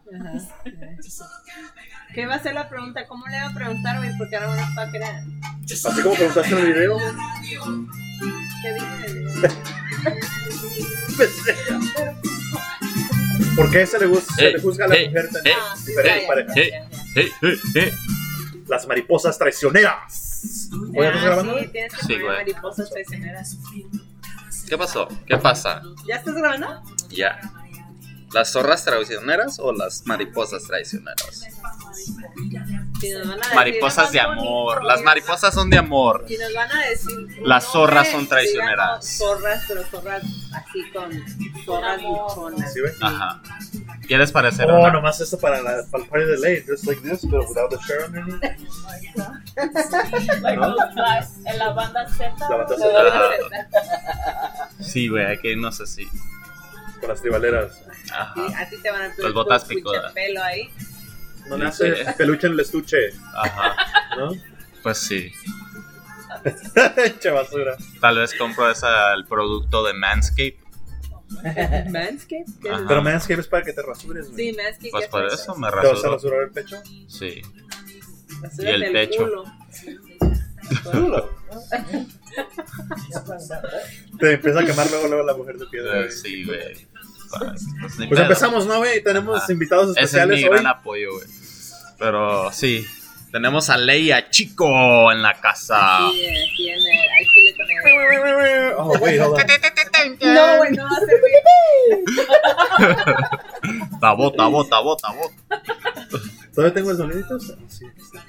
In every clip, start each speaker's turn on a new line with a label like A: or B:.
A: Ajá. ¿Qué va a ser la pregunta? ¿Cómo le va a preguntar, güey? Porque ahora no va a querer.
B: Así como preguntaste en el video.
A: ¿Qué dije en el video?
B: ¿Por qué se le juzga a la mujer tener diferentes parejas? Las mariposas traicioneras. ¿Oye, estás grabando?
A: Sí, tienes que poner mariposas traicioneras.
C: ¿Qué pasó? ¿Qué pasa?
A: ¿Ya estás grabando?
C: Ya. ¿Las zorras traicioneras o las mariposas traicioneras?
A: Si nos van a decir,
C: Mariposas de amor. Las mariposas son de amor.
A: si nos van a decir
C: Las zorras son traicioneras.
A: digamos zorras, pero zorras así con zorras buchonas.
B: ¿Sí, ve?
C: Ajá. ¿Quieres parecer
B: Oh,
C: una?
B: nomás esto para el party de late. Just like this, but without the shirt underneath.
D: Like
B: ¿No?
D: en la banda Z.
B: La banda
A: No,
B: Z.
C: Sí, güey, hay que irnos así.
B: Con las tribaleras.
C: Ajá.
A: Sí, a ti te van a
C: Las botas
A: picudas.
C: picudas.
A: Pelo ahí.
B: No le hace peluche en el estuche,
C: Ajá.
B: ¿no?
C: Pues sí.
B: Che basura.
C: Tal vez compro el producto de Manscaped.
A: Manscaped. ¿Qué es
C: Ajá.
A: eso?
B: Pero Manscaped es para que te rasures, güey.
A: Sí, Manscaped.
C: Pues
A: ya
C: por
A: sabes.
C: eso me
B: ¿Te vas a
C: rasuro.
B: rasurar el pecho?
C: Sí.
A: Rasúrate
C: Y el pecho.
A: culo.
B: Te empieza a quemar luego la mujer de piedra, güey.
C: Sí, güey. Pues ni
B: Pues
C: pedo.
B: empezamos, ¿no, güey? Tenemos
C: Ajá.
B: invitados
C: Ese es
B: especiales
C: mi
B: hoy.
C: gran apoyo, güey. Pero sí, tenemos a Leia Chico en la casa.
A: Sí, tiene. Hay chile con el.
B: Oh, wait, hold on.
A: No, güey, no va a servir.
C: Bota.
B: ¿Todavía tengo el sonidito? Sí.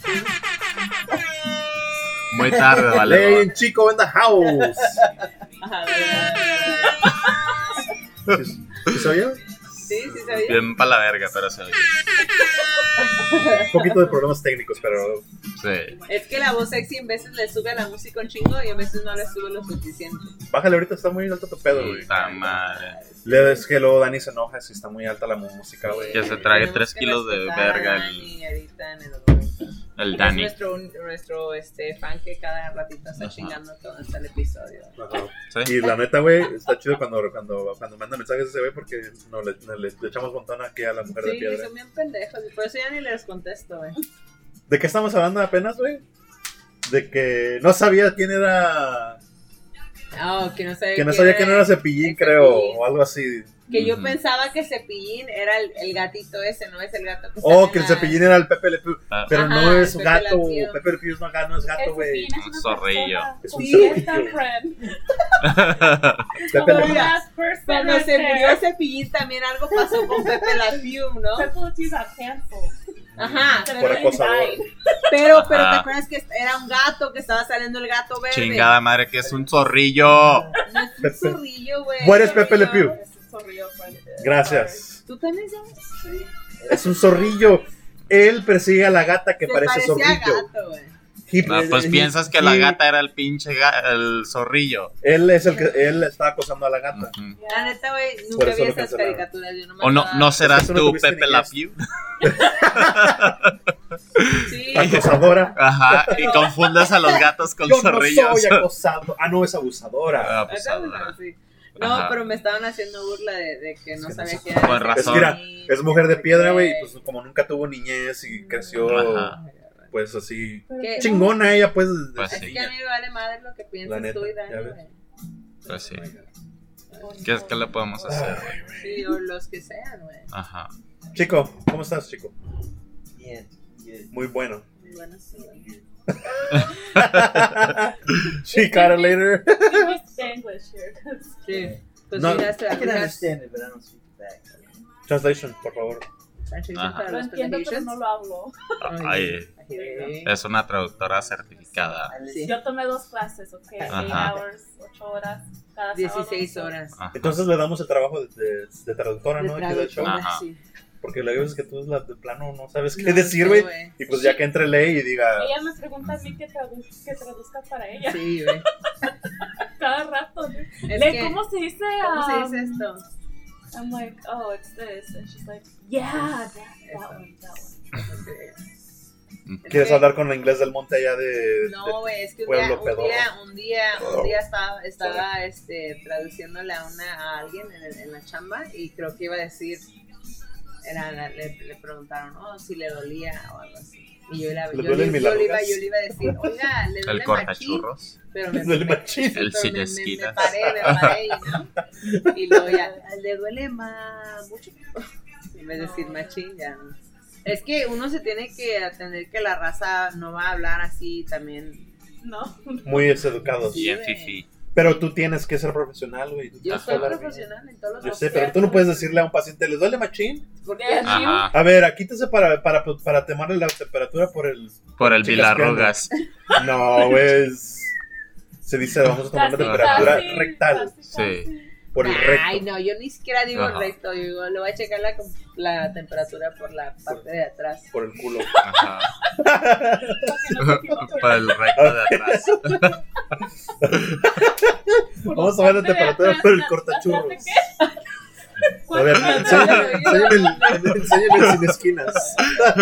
C: Muy tarde, vale.
B: Ley Chico in the house.
A: Ajá,
B: ¿Sí se oye?
A: sí, sí sabía.
C: Bien pa' la verga, pero se oye.
B: Un poquito de problemas técnicos, pero
C: Sí.
A: Es que la voz sexy en veces le sube a la música un chingo y a veces no le sube lo suficiente.
B: bájale, ahorita está muy alto tu pedo, güey.
C: Puta madre.
B: Es que luego Dani se enoja si está muy alta la música, güey.
C: Que se trague
A: Tenemos
C: 3
A: que
C: kilos de
A: respetar a
C: verga
A: Dani ahorita en el momento.
C: el
A: Es
C: Dani.
A: nuestro fan que cada ratito está
C: Ajá.
A: chingando todo hasta el episodio.
B: Ajá.
C: Sí.
B: Y la neta, güey, está chido cuando manda mensajes ese güey porque no le echamos montón aquí a la mujer de
A: Sí,
B: piedra.
A: son bien pendejos y por eso ya ni les contesto, güey.
B: ¿De qué estamos hablando apenas, güey? De que no sabía quién era.
A: Ah, que no sabía
B: quién era Cepillín,
A: el
B: creo,
A: Cepillín.
B: o algo así.
A: Que yo
C: Ujú.
A: pensaba que Cepillín era el gatito ese, ¿no? Es el gato que
B: Oh,
A: sale
B: que el
A: en la-
B: Cepillín era el Pepe Le Pew.
C: Ah.
B: Pero
A: Ajá,
B: no es
A: Pepe
B: gato.
A: Le Pew.
B: Pepe Le Pew no es gato, güey.
C: Un zorrillo.
B: Es un
D: Sí,
B: zorrillo.
D: está friend.
B: Pepe Le
D: Como
B: Pew.
D: last person
A: Cuando
D: right
A: se
D: there.
A: murió Cepillín también algo pasó con Pepe La Pew, ¿no?
D: Pepe Le Pew got canceled.
A: Ajá.
D: The
B: Por
D: baby
B: acosador.
D: died.
A: Pero te
C: Ajá.
A: acuerdas que era un gato que estaba saliendo el gato verde.
C: Chingada madre, que es un zorrillo.
A: No es un
B: Pepe.
A: zorrillo, güey.
B: ¿Cuál es Pepe Le Pew?
D: Es un zorrillo, friend.
B: Gracias.
A: ¿Tú también sabes?
D: Sí.
B: Es un zorrillo. Él persigue a la gata que
A: Se
B: parece
A: parecía a
B: zorrillo.
A: gato, güey.
C: No, pues piensas que la gata era el pinche el zorrillo.
B: Él es el que él está acosando a la gata.
C: Ujú.
A: La neta, güey,
B: Por
A: nunca
B: eso
A: vi
B: lo
A: esas
B: cancelaron.
A: caricaturas. Yo
C: O no, no serás
B: Es que tú no
C: tú,
B: tuviste
C: Pepe
B: niñez.
C: La Pew.
A: Sí.
B: Acosadora.
C: Ajá, y confundes a los gatos con
B: Yo no
C: zorrillos.
B: soy acosado. Ah, no, es abusadora.
C: Ah,
A: Acá,
C: abusadora.
A: sí. No,
C: Ajá.
A: pero me estaban haciendo burla de que no
B: que
A: sabía
B: no
A: quién
C: sé.
A: era.
C: Con razón.
B: Mira, es mujer de piedra, güey. Pues como nunca tuvo niñez y creció,
C: Ajá.
B: pues así.
A: ¿Qué?
B: Chingona ella, pues. desde
C: Pues
A: Es
C: sí.
A: que a mí me vale madre lo que
B: La
A: piensas
B: neta,
A: tú y
B: ya
A: Dani,
B: ves.
A: güey.
C: Pues sí. ¿Qué le podemos hacer?
A: Sí, o los que sean, güey.
C: Ajá.
B: Chico, ¿cómo estás, chico?
E: Bien, bien.
B: Muy bueno.
A: Bueno, sí, güey.
B: She got it later.
D: We need English here.
A: Sí. Pues
B: No,
A: mira, hasta
E: I can understand it, but I don't speak it back.
B: Translation, por favor.
C: Ajá.
A: para
D: Lo
A: los
D: entiendo, pero
A: pendejitos.
D: no lo hablo.
C: Ay,
A: Sí.
C: es una traductora certificada.
E: I
A: Sí.
E: listen.
D: Yo tomé 2 clases, ¿ok? 8
C: Ajá.
D: hours, 8 horas. Cada
A: 16
D: sábado.
A: horas.
C: Ajá.
B: Entonces le damos el trabajo de traductora, ¿no? Aquí del show.
C: Ajá.
A: Sí.
B: Porque la veces que tú de plano no sabes qué
A: No
B: decir,
A: sé,
B: güey.
A: güey.
B: Y pues ya que entre ley y diga.
D: Ella me pregunta a mí que traduzca para ella.
A: Sí, güey.
D: Cada rato.
A: Es
D: Like,
A: que,
D: ¿cómo se dice?
A: ¿cómo se dice esto?
D: I'm like, oh, it's this. And she's like, yeah, that one.
B: ¿Quieres
A: que-
B: hablar con la inglés del monte allá de.
A: No, güey, es que
B: Pueblo pedorro.
A: un día estaba traduciéndole a alguien en la chamba y creo que iba a decir le preguntaron, si le dolía o algo así. Y yo
B: ¿Le duelen mis
A: le iba
B: largas?
A: a decir, oiga, le
C: El
A: duele machín.
C: cortachurros.
A: Pero
B: Le duele machín.
C: El
A: pero
C: sin
A: me
C: esquinas.
A: paré, ¿no? Y luego ya, le duele mucho. En vez de decir machín, ya no. Es que uno se tiene que atender que la raza no va a hablar así también.
D: No.
B: Muy educados.
C: Bien fifi.
B: Pero tú tienes que ser profesional, güey. Tú
A: Yo
B: tienes que
A: soy
B: hablar bien.
A: profesional en todos los
B: Yo sé, pero tú no puedes decirle a un paciente, ¿le duele machín?
A: Porque
C: Ajá.
B: A ver, quítese para tomarle la temperatura por el...
C: Por el
B: Chicas,
C: Vilarrugas.
B: No, güey. Se dice, vamos a tomar la
D: Casi,
B: temperatura
D: casi,
B: rectal.
D: casi,
C: Sí.
D: casi.
B: Por el recto.
A: Ay, no, yo ni siquiera digo
C: Ajá.
A: recto, yo digo, le voy a checar la temperatura por la parte de atrás.
B: Por el culo.
C: Ajá. Para el recto de atrás.
B: Vamos a ver la temperatura por el cortachurros. A ver, enséñame el sin esquinas.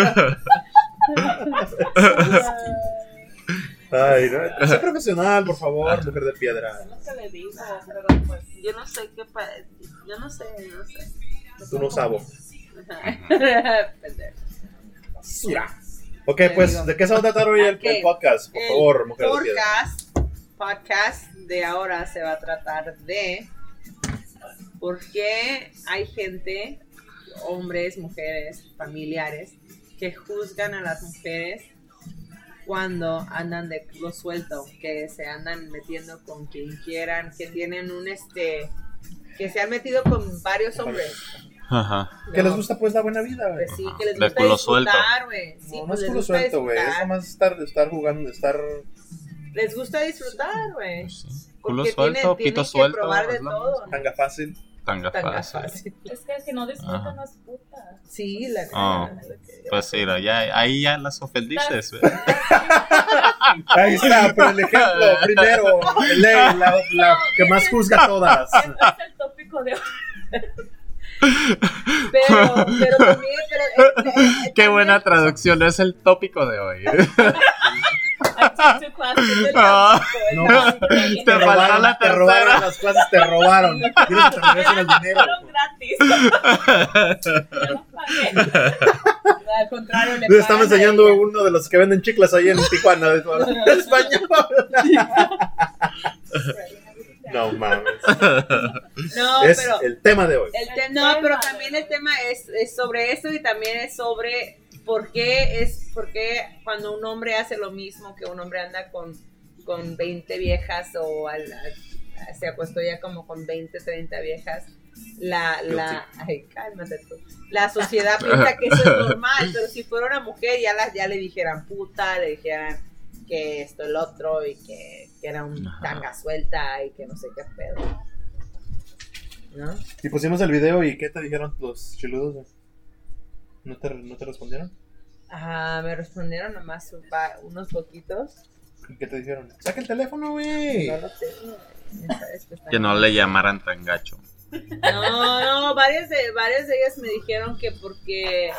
B: Ay, no. Sé profesional, por favor, mujer de piedra.
D: Es lo que le digo, pero pues.
A: Yo no sé yo no sé.
B: Tú no sabes.
A: Pendejo.
B: Sura. Ok, pues, ¿de qué se va a tratar hoy el podcast? Por favor, mujer de piedra.
A: Podcast de ahora se va a tratar de por qué hay gente, hombres, mujeres, familiares, que juzgan a las mujeres cuando andan de culo suelto, que se andan metiendo con quien quieran, que tienen que se han metido con varios hombres.
C: Ajá.
B: Que les gusta, pues, la buena vida, güey.
A: Pues sí, que les
C: De
A: gusta
C: culo suelto.
A: disfrutar, güey. Sí,
B: No, no
A: pues
B: es
A: les
B: culo
A: gusta
B: suelto, güey. Es
A: disfrutar.
B: nomás estar jugando,
A: Les gusta disfrutar, güey.
C: Sí. Culo
A: Porque
C: suelto,
A: tienen
C: pito
A: que
C: suelto.
A: probar de
C: es lo
A: todo.
C: mismo.
B: tanga fácil.
C: Tanga
A: Tanga
C: fácil.
A: fácil.
D: Es que el que no disfruta
C: Ajá.
D: no es puta.
A: Sí, la
C: Oh. Pues sí, ahí ya las ofendiste.
B: Ahí está, por el ejemplo, primero, ley, la que más juzga a todas.
D: Ese es el tópico de hoy.
A: pero también,
C: Qué buena traducción, es el tópico de hoy.
D: I took two classes de
C: Ah.
B: No,
D: Te
C: Te faltó la
B: te robaron
C: tercera.
B: las clases, te robaron. Quieres que te regresen el dinero.
D: Fueron gratis. Yo no pagué.
A: al contrario, le
B: Les
A: pagan
B: estaba
A: a
B: enseñando
A: ella.
B: uno de los que venden chiclas ahí en Tijuana de español. No mames.
A: No,
B: Es
A: pero
B: el tema de hoy.
A: no, pero también el tema es sobre eso y también es sobre por qué cuando un hombre hace lo mismo que un hombre anda con 20 viejas o se acostó ya como con 20, 30 viejas. Ay, cálmate tú. La sociedad piensa que eso es normal, pero si fuera una mujer ya le dijeran puta, le dijeran que esto el otro y que era un tanga suelta y que no sé qué pedo, ¿no?
B: Y pusimos el video y ¿qué te dijeron los chiludos? Güey? ¿No te respondieron?
A: Me respondieron nomás unos poquitos.
B: ¿Y qué te dijeron? Saca el teléfono, güey.
A: No lo tengo. Ya sabes que están-
C: Que no le llamaran tan gacho.
A: No, varias de ellas me dijeron que porque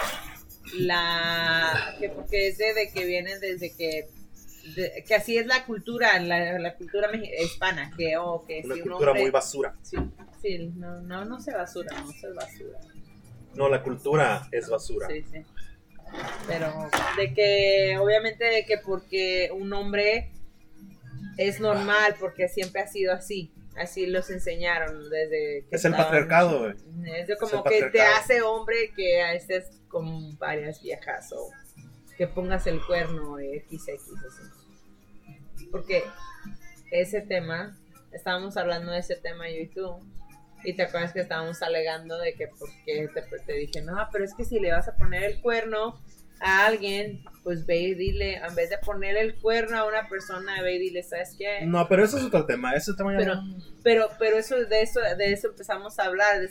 A: es de que vienen desde que así es la cultura, la cultura hispana, que
B: Una
A: si un
B: cultura
A: hombre,
B: muy basura.
A: sí, no se basura, no se basura.
B: No, la cultura es basura.
A: Sí. Pero de que obviamente de que porque un hombre es normal, porque siempre ha sido así los enseñaron desde que
B: Es el
A: estaban-
B: patriarcado, güey.
A: Es de como
B: el
A: que te
B: patriarcado.
A: hace hombre que estés con varias viejas o que pongas el cuerno XX así. Porque ese tema, estábamos hablando de ese tema yo y tú, y te acuerdas que estábamos alegando de que porque te dije, no, pero es que si le vas a poner el cuerno a alguien, pues ve y dile, en vez de poner el cuerno a una persona, ve y dile, ¿sabes qué?
B: No, pero eso es otro tema. Ese tema ya no.
A: Pero de eso empezamos a hablar,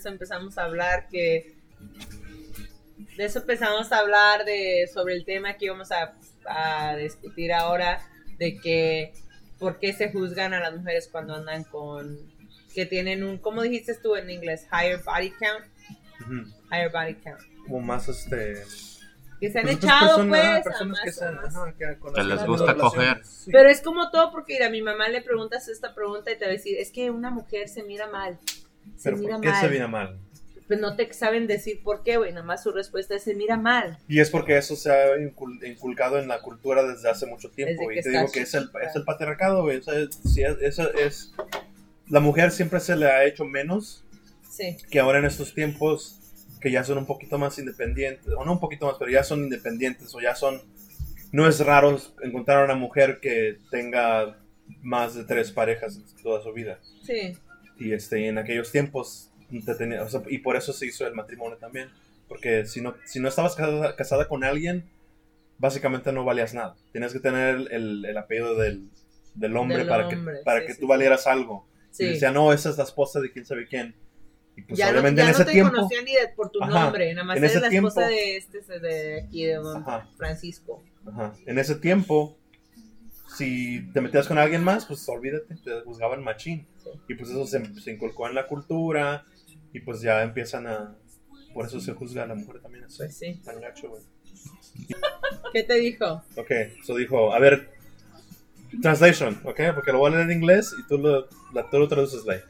A: sobre el tema que íbamos a discutir ahora, de que por qué se juzgan a las mujeres cuando andan que tienen un, ¿cómo dijiste tú en inglés? Higher body count.
B: Ujú.
A: Higher body count.
B: Como más
A: Que se han
B: pues,
A: echado,
B: personas que con
C: Que
B: las
C: les
B: han
C: gusta
B: tenido
C: coger.
B: relaciones. Sí.
A: Pero es como todo, porque a mi mamá le preguntas esta pregunta y te va a decir, es que una mujer se mira mal.
B: ¿Pero por qué se mira mal?
A: pues no te saben decir por qué, güey, nada más su respuesta es se mira mal.
B: Y es porque eso se ha inculcado en la cultura desde hace mucho tiempo.
A: Desde que
B: Y te digo
A: estás
B: que es
A: chiquita.
B: el patriarcado, güey. O sea, sí, eso es... La mujer siempre se le ha hecho menos
A: Sí,
B: que ahora en estos tiempos que ya son un poquito más independientes, o no un poquito más, pero ya son independientes, o ya son... No es raro encontrar a una mujer que tenga más de 3 parejas toda su vida.
A: sí.
B: Y en aquellos tiempos o sea, y por eso se hizo el matrimonio también, porque si no estabas casada con alguien, básicamente no valías nada. Tenías que tener el apellido del hombre
A: Del
B: para
A: hombre,
B: que
A: sí, sí,
B: tú valieras algo.
A: Sí.
B: Y decía, no, esa es la esposa de quién sabe quién. Y pues
A: ya no,
B: obviamente
A: ya
B: en
A: no
B: ese
A: te
B: tiempo,
A: conocían ni por tu
B: Ajá,
A: nombre, nada más
B: en
A: eres
B: ese
A: la esposa
B: tiempo-
A: de aquí, de don
B: Ajá.
A: Francisco.
B: ajá, en ese tiempo, si te metías con alguien más, pues olvídate, te juzgaban machín.
A: Sí.
B: Y pues eso se inculcó en la cultura. Y pues ya empiezan a... Por eso se juzga a la mujer también así.
A: Pues sí.
B: Tan gacho, güey.
A: ¿Qué te dijo?
B: Ok, so dijo, a ver, translation, ok, porque lo voy a leer en inglés y tú lo traduces, Ley.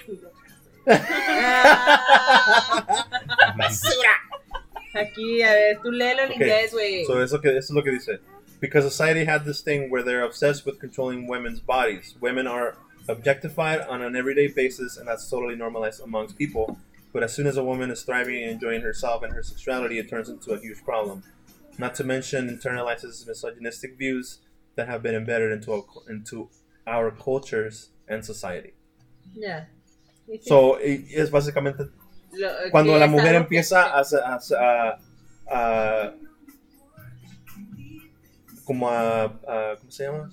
A: Aquí, a ver, tú léelo en
B: Ok,
A: inglés, güey.
B: So eso es lo que dice. Because society had this thing where they're obsessed with controlling women's bodies. Women are objectified on an everyday basis, and that's totally normalized amongst people. But as soon as a woman is thriving and enjoying herself and her sexuality, it turns into a huge problem. Not to mention internalizes misogynistic views that have been embedded into our cultures and society.
A: Ya.
B: So, es básicamente cuando
A: que
B: la
A: es
B: mujer
A: algo
B: empieza como a ¿cómo se llama?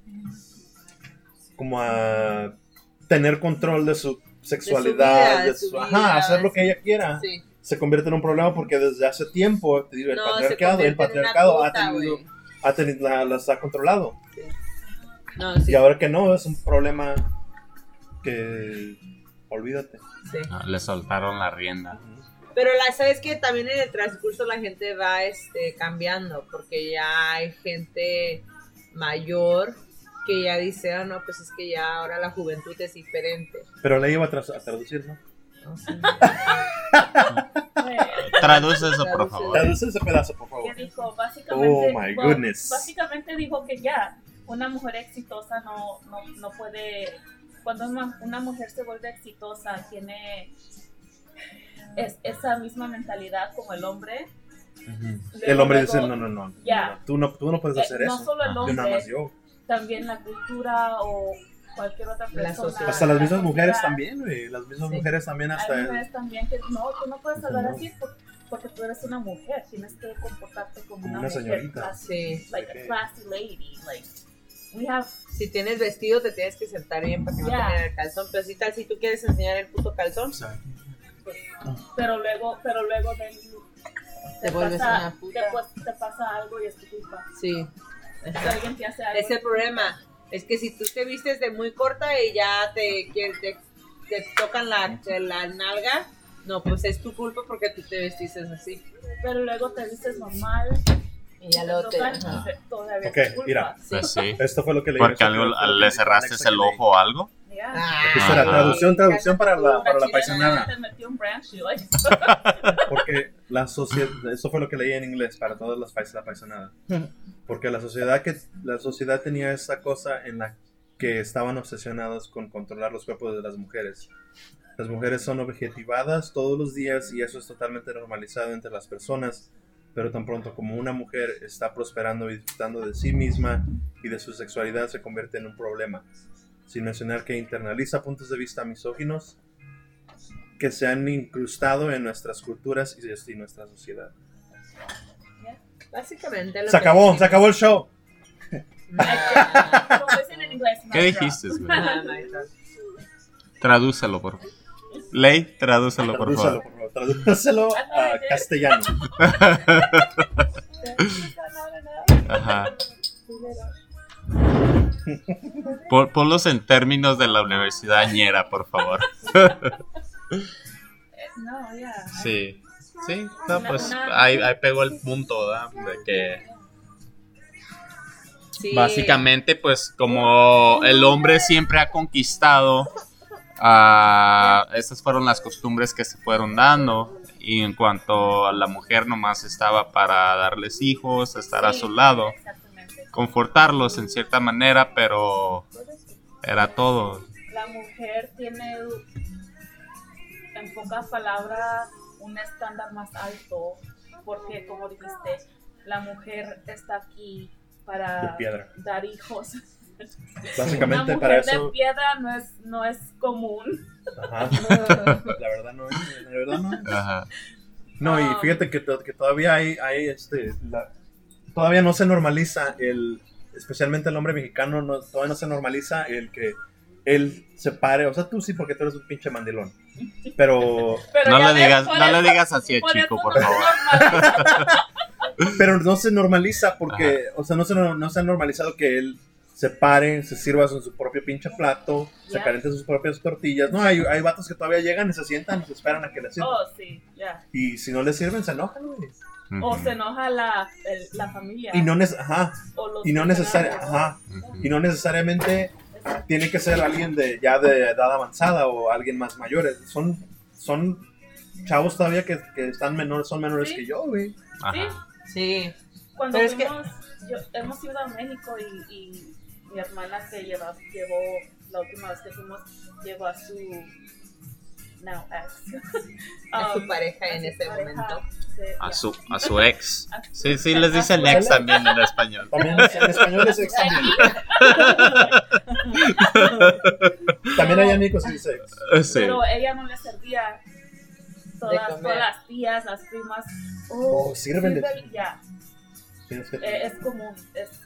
B: Como a tener control de su sexualidad,
A: de su vida,
B: ajá, hacer lo que ella quiera,
A: Sí.
B: se convierte en un problema porque desde hace tiempo, te digo, el
A: No, se
B: patriarcado
A: convierte en una puta,
B: las ha controlado.
A: No, sí.
B: Y ahora que no, es un problema que olvídate.
A: Sí.
C: Le soltaron la rienda.
A: Pero sabes que también en el transcurso la gente va cambiando, porque ya hay gente mayor que ya dice, no, pues es que ya ahora la juventud es diferente.
B: Pero le iba a traducir, ¿no?
A: No sé.
C: Traduce eso, por favor.
B: Traduce ese pedazo, por favor.
D: Que dijo, básicamente,
B: Oh my goodness.
D: básicamente dijo que ya, una mujer exitosa no puede, cuando una mujer se vuelve exitosa, tiene esa misma mentalidad como el hombre.
B: El hombre dice,
D: Luego,
B: no,
D: ya.
B: tú no puedes hacer
D: no
B: eso.
D: solo el
B: Yo nada más
D: hombre,
B: yo.
D: también la cultura o cualquier otra
A: La
D: persona.
A: sociedad.
B: Hasta las
D: la
B: mismas mujeres
D: sociedad.
B: también, güey. Las mismas
A: Sí.
B: mujeres también
D: Hay
B: hasta...
D: mujeres también que no, tú no puedes hablar
B: No.
D: así porque tú eres una mujer, tienes que comportarte como
B: Como
D: una
B: una
D: mujer
B: señorita.
D: classy,
A: Sí.
D: like
B: Ok.
D: a classy lady, like we have.
A: Si tienes vestido te tienes que sentar bien para que no
D: Ya.
A: te vean el calzón, pero si tal, si tú quieres enseñar el puto calzón,
D: Pero luego
A: te vuelves una puta.
D: después te pasa algo y es tu culpa.
A: Sí.
D: Si alguien te hace algo.
A: Es el problema. Es que si tú te vistes de muy corta y ya te tocan la nalga, no, pues es tu culpa porque tú te vestiste así.
D: Pero luego te vistes normal
A: Y ya luego te...
D: tocan,
A: ajá.
D: todavía
B: Ok,
D: es tu culpa.
B: mira.
C: Pues sí.
B: Esto fue lo que leí.
C: Porque
B: Eso
C: algo
B: fue lo que
C: le
B: dijo
C: cerraste
B: Alexa
C: el
B: que leí.
D: Ah,
C: ojo o algo.
D: Yeah.
A: Ah,
B: Esta era
C: Ajá.
B: traducción para la
D: China
B: paisanada.
D: te metió un branch, you like.
B: Porque la sociedad, eso fue lo que leí en inglés para todas las la paisanada. Porque la sociedad tenía esa cosa en la que estaban obsesionados con controlar los cuerpos de las mujeres. Las mujeres son objetivadas todos los días y eso es totalmente normalizado entre las personas, pero tan pronto como una mujer está prosperando y disfrutando de sí misma y de su sexualidad se convierte en un problema. Sin mencionar que internaliza puntos de vista misóginos que se han incrustado en nuestras culturas y nuestra sociedad.
A: Básicamente lo
B: Se
A: que
B: acabó
A: decimos.
B: el show.
D: Como dicen en inglés.
C: ¿Qué dijiste, güey?
A: Ah, my God.
C: Tradúcelo, por favor. Ley, tradúcelo, por
B: Tradúcelo,
C: favor.
B: por favor. Tradúcelo a castellano.
C: Ajá. Ponlos en términos de la universidad ñera, por favor.
D: No, ya.
C: Sí. Sí, no, pues ahí pegó el punto, ¿verdad? De que
A: Sí.
C: básicamente, pues como el hombre siempre ha conquistado Esas fueron las costumbres que se fueron dando. Y en cuanto a la mujer, nomás estaba para darles hijos, estar a su lado,
D: Exactamente.
C: confortarlos en cierta manera, pero era todo.
D: La mujer tiene, en pocas palabras, un estándar más alto, porque como dijiste, la mujer está aquí
B: De
D: para
B: piedra.
D: dar hijos.
B: Básicamente
D: Una
B: para
D: mujer
B: eso.
D: de piedra no es común.
B: Ajá. La verdad no es. La verdad no es.
C: Ajá.
B: No, y fíjate que todavía hay todavía no se normaliza especialmente el hombre mexicano, todavía no se normaliza el que él se pare, o sea, tú sí porque tú eres un pinche mandilón, pero
C: No
D: ya
C: le
D: ves,
C: digas,
D: por
C: no le
D: eso-
C: digas así a
D: por
C: Chico,
D: eso
C: por
D: no es
C: favor.
D: normal.
B: no se normaliza porque, o sea, no se ha normalizado que él se pare, se sirva en su propio pinche plato, se
D: Ya.
B: caliente sus propias tortillas. No, hay vatos que todavía llegan y se sientan y se esperan a que les sirvan.
D: Oh, sí, ya.
B: Y si no les sirven, se enojan, güey.
D: O se enoja la familia.
B: Y no,
D: o los
B: y no
D: funcionarios.
B: y no necesariamente tiene que ser alguien ya de edad avanzada o alguien más mayores. Son chavos todavía que están menores, son menores
D: Sí.
B: que yo, güey.
C: Ajá.
A: Sí.
D: Cuando
A: Pero es que-
D: hemos ido a México y mi hermana que llevó la última vez que fuimos, llevó a su now ex.
A: A su pareja
D: a
A: en
D: su
A: ese
D: pareja
A: momento.
C: A su ex. Sí, sí, les dicen ex también en español.
B: También en español es ex también. También hay amigos y dice ex.
C: Sí.
D: Pero ella no le servía. Todas
A: comer.
D: las tías, las primas.
B: Oh, sírvele.
D: Ya,
B: Tienes que-
D: es común.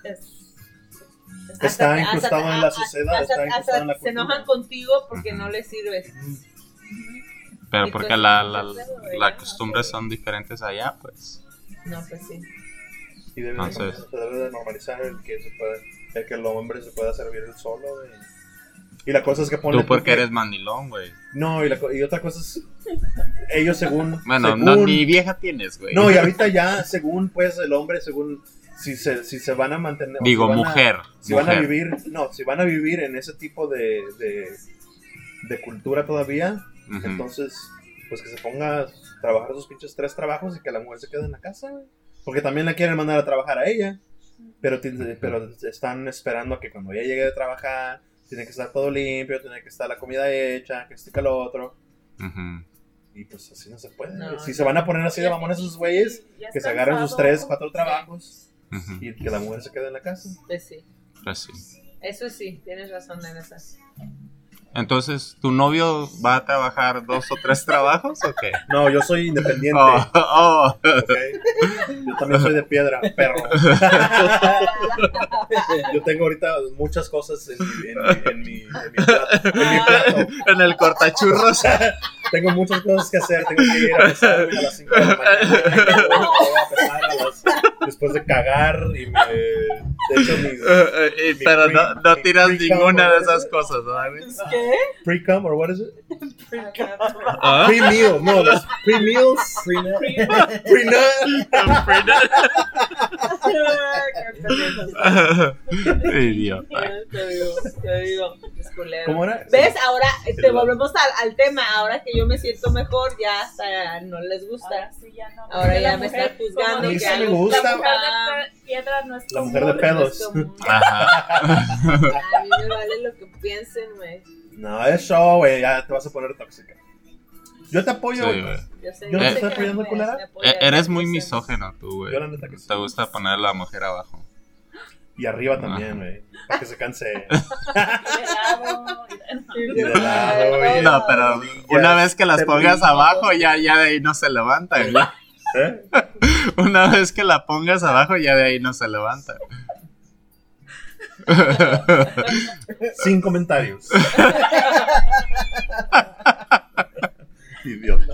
B: Está incrustado en la sociedad, está incrustado en la
A: se
B: cultura.
A: enojan contigo porque no les sirves.
C: Pero
A: Y
C: porque
A: pues,
C: las costumbres son diferentes allá, pues.
A: No, pues sí.
B: Y
C: Entonces-
B: se debe de normalizar el que el hombre se pueda servir él solo, güey. Y la cosa es que pone
C: Tú porque eres mandilón, güey.
B: No, y otra cosa es ellos según
C: Bueno,
B: según-
C: no, ni vieja tienes, güey.
B: No, y ahorita ya según pues el hombre según si se van a mantener o
C: Digo,
B: si van a-
C: mujer.
B: si van a
C: mujer.
B: vivir en ese tipo de cultura todavía,
C: Ujú.
B: entonces pues que se ponga a trabajar sus pinches 3 trabajos y que la mujer se quede en la casa, güey. Porque también la quieren mandar a trabajar a ella, pero están esperando a que cuando ella llegue de trabajar tiene que estar todo limpio, tiene que estar la comida hecha, que esto y que lo otro.
C: Ujú.
B: Y pues así no se puede.
A: No,
B: si
A: no.
B: se van a poner así de mamones esos güeyes,
D: Ya
B: que se
D: está
B: agarren sus
D: cansado.
B: 3, 4 trabajos
C: Ujú.
B: y que la mujer se quede en la casa.
A: Pues sí.
C: Pues sí.
A: Eso sí, tienes razón en eso.
C: Entonces, ¿tu novio va a trabajar 2 o 3 trabajos o qué?
B: No, yo soy independiente.
C: Oh.
B: ¿Ok? Yo también soy de piedra, perro. Yo tengo ahorita muchas cosas en mi plato.
C: En el cortachurros.
B: Tengo muchas cosas que hacer. Tengo que ir a pesarme a las 5 de la mañana. Luego voy a pesar después de cagar y de hecho mi
C: Pero no
B: mi
C: tiras
B: pre-cum,
C: ninguna de
B: ¿what is
C: esas
B: it?
C: cosas, ¿no, güey?
A: ¿Qué?
B: Pre-cum or what is it?
C: ¿Ah?
B: Pre-meal. No, that's pre-meals. Pre-nut.
C: Idiota.
A: Te digo, es culero.
B: ¿Cómo era?
A: ¿Ves? Ahora te volvemos al tema. Ahora que yo me siento mejor, ya hasta no les gusta.
D: Ahora sí ya no.
A: Ahora
D: Porque
A: ya
D: la
A: me
D: mujer,
A: están juzgando.
D: como
B: A mí
A: que
B: sí
A: hay
B: me
A: un-
B: gusta.
D: La mujer
A: Ah,
D: de piedra no es
B: La
D: común.
B: mujer de pedos.
A: es como-
C: Ajá.
A: A mí me vale lo que piensen, güey.
B: No, eso, güey, ya te vas a poner tóxica. Yo te apoyo,
C: Sí,
B: güey.
C: güey.
A: Yo sé,
B: Yo no
A: sé
B: te estoy
A: que
B: apoyando,
A: me
B: culera.
A: apoyan,
C: Eres muy
A: yo sé.
C: misógeno tú, güey.
B: Yo la neta que sí.
C: Te gusta poner a la mujer abajo.
B: Y arriba también, güey. Para que se canse.
D: Y de lado, y de-
B: Y de lado, güey.
C: No, pero una vez que las
B: Te
C: pongas
B: brinco.
C: abajo, ya de ahí no se levanta, güey.
B: ¿Eh?
C: Una vez que la pongas abajo, ya de ahí no se levanta.
B: Sin comentarios. Idiota.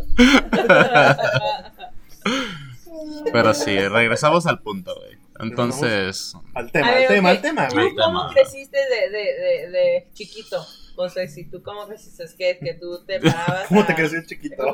C: Pero sí, regresamos al punto, güey. Entonces,
B: Al tema,
A: A ver,
B: al
A: ok.
B: tema,
A: ¿Tú
B: güey.
C: Al
A: cómo
C: tema.
A: creciste de chiquito? José, si tú cómo creciste, es que tú te parabas.
B: ¿Cómo
A: a-
B: te creció el chiquito?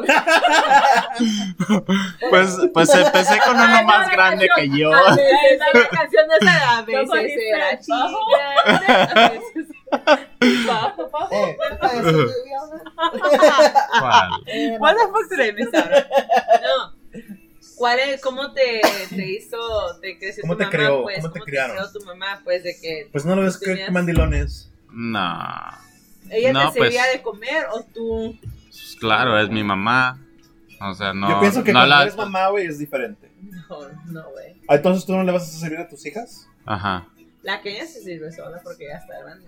C: pues empecé con uno más grande que yo.
A: A veces, la canción de esa a
D: Luego
A: veces
D: dice,
A: era
D: "Bajo".
A: chica, a veces
C: ¿Cuál?
A: What the fuck today, Miss Laura? No. ¿Cuál es, cómo te hizo, te creció
B: ¿Cómo
A: tu
B: te
A: mamá,
B: creó?
A: pues?
B: ¿Cómo te criaron?
A: creó tu mamá, pues, de que
B: Pues no lo ves que
A: tenías-
B: mandilones.
C: No.
A: ella
C: No,
A: te servía
C: pues-
A: de comer o tú?
C: Pues claro, es mi mamá. O sea, no.
B: Yo pienso que
C: no
B: cuando
C: la...
B: eres mamá, güey, es diferente.
A: No, güey.
B: Ah, entonces tú no le vas a servir a tus hijas.
C: Ajá.
A: La Kenia se sirve sola porque ya está grande.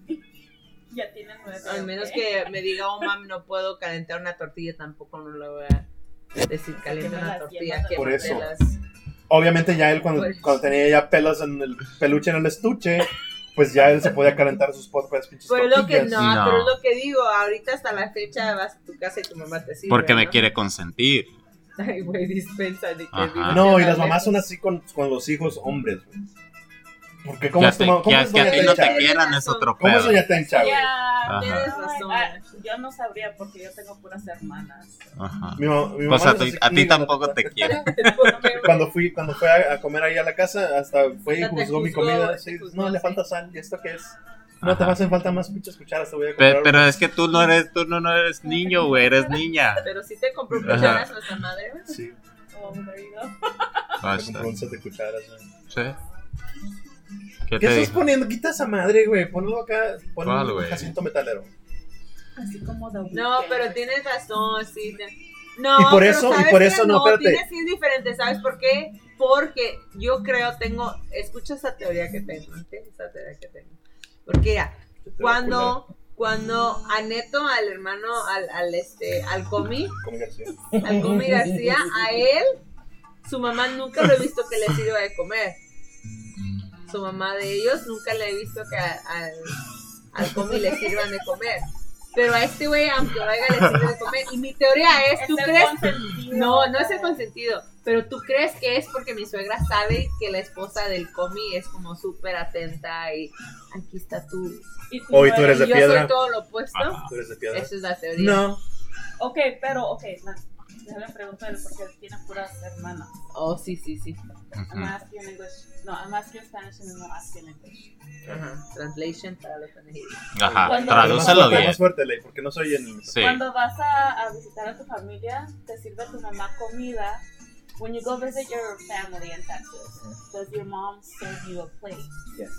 D: Ya tiene 9.
A: Al menos que me diga, oh, mami, no puedo calentar una tortilla, tampoco no le voy a decir calienta una tortilla.
D: Por
B: eso.
A: quématelas.
B: Obviamente ya él cuando,
A: Pues-
B: cuando tenía ya pelos en el peluche en el estuche, pues ya él se podía calentar sus propias pinches
A: Pero es lo que
B: tortillas.
A: no,
C: No.
A: pero es lo que digo, ahorita hasta la fecha vas a tu casa y tu mamá te sirve.
C: Porque me
A: ¿no?
C: quiere consentir.
A: Ay, güey, dispensa de que
C: Ajá.
A: vives
B: No,
A: en
B: y las
A: la
B: mamás son
A: lejos.
B: así con los hijos hombres, güey. Porque ¿cómo
C: Que,
B: es tu mamá? ¿Cómo es
C: que a
B: doña
C: ti no
B: Tencha?
C: te quieran es otro
B: ¿Cómo es
C: pedo.
B: doña Tencha, güey?
D: Ya,
C: Ajá.
A: Tienes razón.
D: yo no sabría porque yo tengo puras hermanas.
C: Ajá.
B: Mi
C: Pues
B: mamá
C: a
B: es así
C: ti
B: conmigo,
C: tampoco
B: ¿no?
C: te quiere.
B: Cuando fue a comer ahí a la casa, hasta fue y
A: Hasta te
B: juzgó mi
A: juzgó,
B: comida.
A: te
B: Sí,
A: juzgó,
B: no, le
A: sí.
B: falta sal. ¿Y esto qué es? No, te
C: Ajá.
B: hacen falta más pinches cucharas. Te voy a comprar.
C: Pero es que tú no eres niño, güey, eres niña.
A: Pero sí te compró
C: Ajá.
A: cucharas nuestra madre, güey.
B: Sí,
D: Oh, there you go.
B: te
C: Basta.
B: compró un set de cucharas. Güey.
C: Sí. ¿Qué
B: ¿Qué
C: te
B: estás
C: digo?
B: poniendo? Quita esa madre, güey. Ponlo acá. Ponlo
C: ¿Cuál,
B: un
C: güey?
B: jacinto metalero.
D: Así como The
A: No,
D: Weeknd.
A: pero tienes razón, sí. No,
B: Y por
A: pero
B: eso- y
A: ¿sabes
B: por
A: qué?
B: eso no, espérate.
A: Tienes que ir diferente, ¿sabes por qué? Porque yo creo, escucha esa teoría que tengo, ¿entiendes? Esa teoría que tengo. Porque mira, cuando a Neto, al hermano, al Comi García, a él, su mamá nunca lo he visto que le sirva de comer. Su mamá de ellos nunca le he visto que al Comi le sirvan de comer. Pero a este güey, aunque vaya, le sirve de comer. Y mi teoría es, ¿tú
D: Es el
A: crees?
D: consentido.
A: No es el consentido. Pero ¿tú crees que es porque mi suegra sabe que la esposa del Comi es como súper atenta y aquí está tú?
D: Y
B: Hoy tú eres de
A: Y yo
B: piedra.
A: soy todo lo opuesto.
C: Ajá.
B: ¿Tú eres de piedra?
A: Esa es la teoría.
B: No.
D: Ok, pero, déjame preguntarle porque él tiene puras hermanas.
A: Oh, sí.
D: I'm asking in English. No, I'm asking in Spanish and then I'm asking in English.
A: Ajá. Translation para los pendejitos.
C: Ajá,
D: Cuando-
C: tradúcelo bien.
B: Más fuerte, Ley, porque no soy en...
C: Sí.
D: Cuando vas a visitar a tu familia, te sirve tu mamá comida. When you go visit your family in Texas, does your mom serve you a plate?
E: Yes.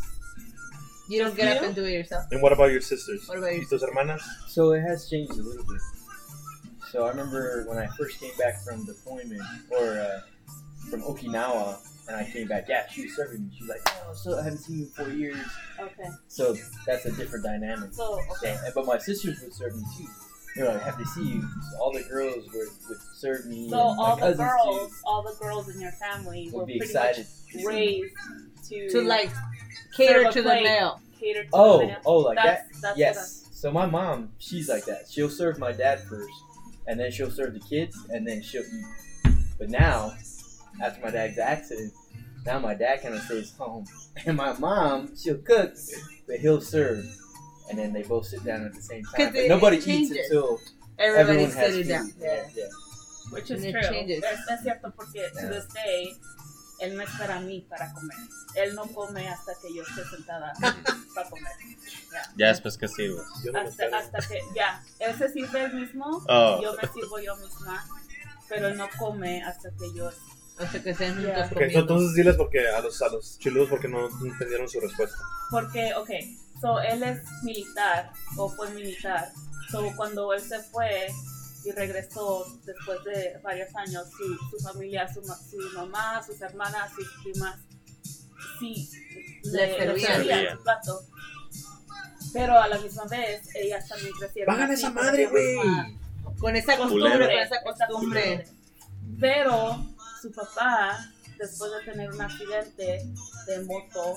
A: You don't get up and do it yourself.
B: And what about your sisters?
A: What about your
B: ¿Y tus hermanas?
E: So it has changed a little bit. So I remember when I first came back from deployment, or from Okinawa, and I came back, yeah, she was serving me. She was like, oh, so I haven't seen you in 4 years.
D: Okay.
E: So that's a different dynamic.
D: So, okay.
E: But my sisters would serve me too. You know, have to see you. So all the girls would serve me.
D: So
E: and my
D: all the
E: cousins
D: girls in your family
E: too
D: were
E: would be
D: pretty
E: excited.
D: much raised to
A: To like cater
D: Serve a
A: to the
D: plate.
A: male.
D: cater to
E: Oh,
D: the man.
E: like that?
D: That's
E: Yes. So my mom, she's like that. She'll serve my dad first, and then she'll serve the kids, and then she'll eat. But now, after my dad's accident, now my dad kind of stays home, and my mom, she'll cook, but he'll serve, and then they both sit down at the same time.
A: 'Cause
E: But
A: it
E: nobody eats
A: changes.
E: until
A: Everybody's
E: everyone has
A: sitting
E: food.
A: down.
E: Yeah.
D: Which is
A: And it
D: true.
A: changes.
D: Es cierto porque to
E: Yeah.
D: this day él me espera a mí para comer. Él no come hasta que yo esté sentada para comer.
C: Ya después que sirves.
B: Yo no me espero.
D: Hasta que ya, él se sirve él mismo,
B: Oh.
D: yo me sirvo yo misma, pero él no come hasta que yo.
A: Hasta que sean juntos
D: Yeah.
B: Ok, so
A: comiendo.
B: entonces diles porque a los chiludos porque no entendieron su respuesta.
D: Porque, okay, so él es militar o fue militar. So cuando él se fue y regresó después de varios años, su familia, su mamá, sus hermanas, sus primas, sí,
A: Le servían.
D: servían su plato. Pero a la misma vez, ellas también crecieron.
B: ¡Págale
D: así,
B: esa
D: con
B: madre,
D: esa
B: güey!
D: misma
A: Con esa costumbre,
C: Culero.
A: con esa costumbre.
D: Pero su papá, después de tener un accidente de moto,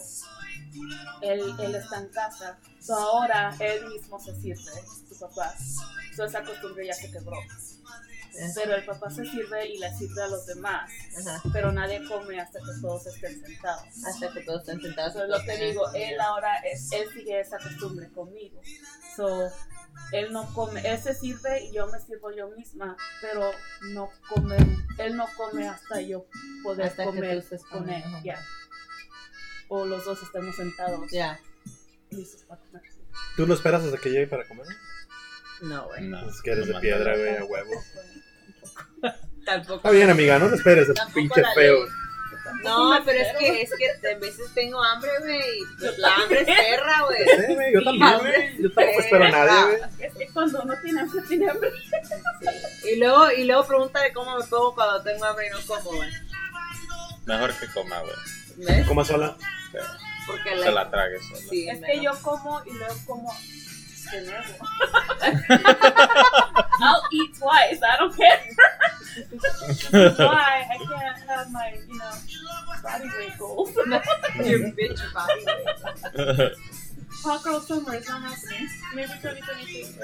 D: él está en casa. So ahora él mismo se sirve, su papá. So esa costumbre ya se quebró. Pero el papá se sirve y le sirve a los demás.
A: Ajá.
D: Pero nadie come hasta que todos estén sentados.
A: Hasta que todos estén sentados.
D: Eso es lo que digo, él ahora, él sigue esa costumbre conmigo. So, él no come, él se sirve y yo me sirvo yo misma, pero no come, él no come hasta yo poder
A: Hasta que tú
D: comer
A: estés
D: con él,
A: comiendo.
D: ya. O los dos estemos sentados
A: Ya.
D: listos para comer.
B: ¿Tú lo esperas hasta que llegue para comer?
A: No, güey.
C: No,
B: Es que eres de
C: no
B: piedra, güey, a huevo.
A: Tampoco.
B: Está bien, amiga, no te esperes, es
A: Tampoco
B: pinche
A: la
B: feo.
A: ley. No, pero es que a veces tengo hambre, güey. Y pues la hambre es perra, güey.
B: Sí, güey, yo también, güey. Yo tampoco espero a nadie, güey.
D: Es que cuando uno tiene hambre, tiene hambre.
A: Y luego pregúntale cómo me pongo cuando tengo hambre y no como, güey.
C: Mejor que coma, güey.
A: ¿Ves?
B: ¿Coma sola?
C: Sí.
A: Porque
C: Se la trague sola.
A: Sí,
D: Es que
A: menos.
D: yo como y luego como de nuevo. I'll eat twice. I don't care. Why? I can't have my, body weight goals.
A: Your bitch body, güey.
D: Hot girl summer is not happening. Maybe 2022.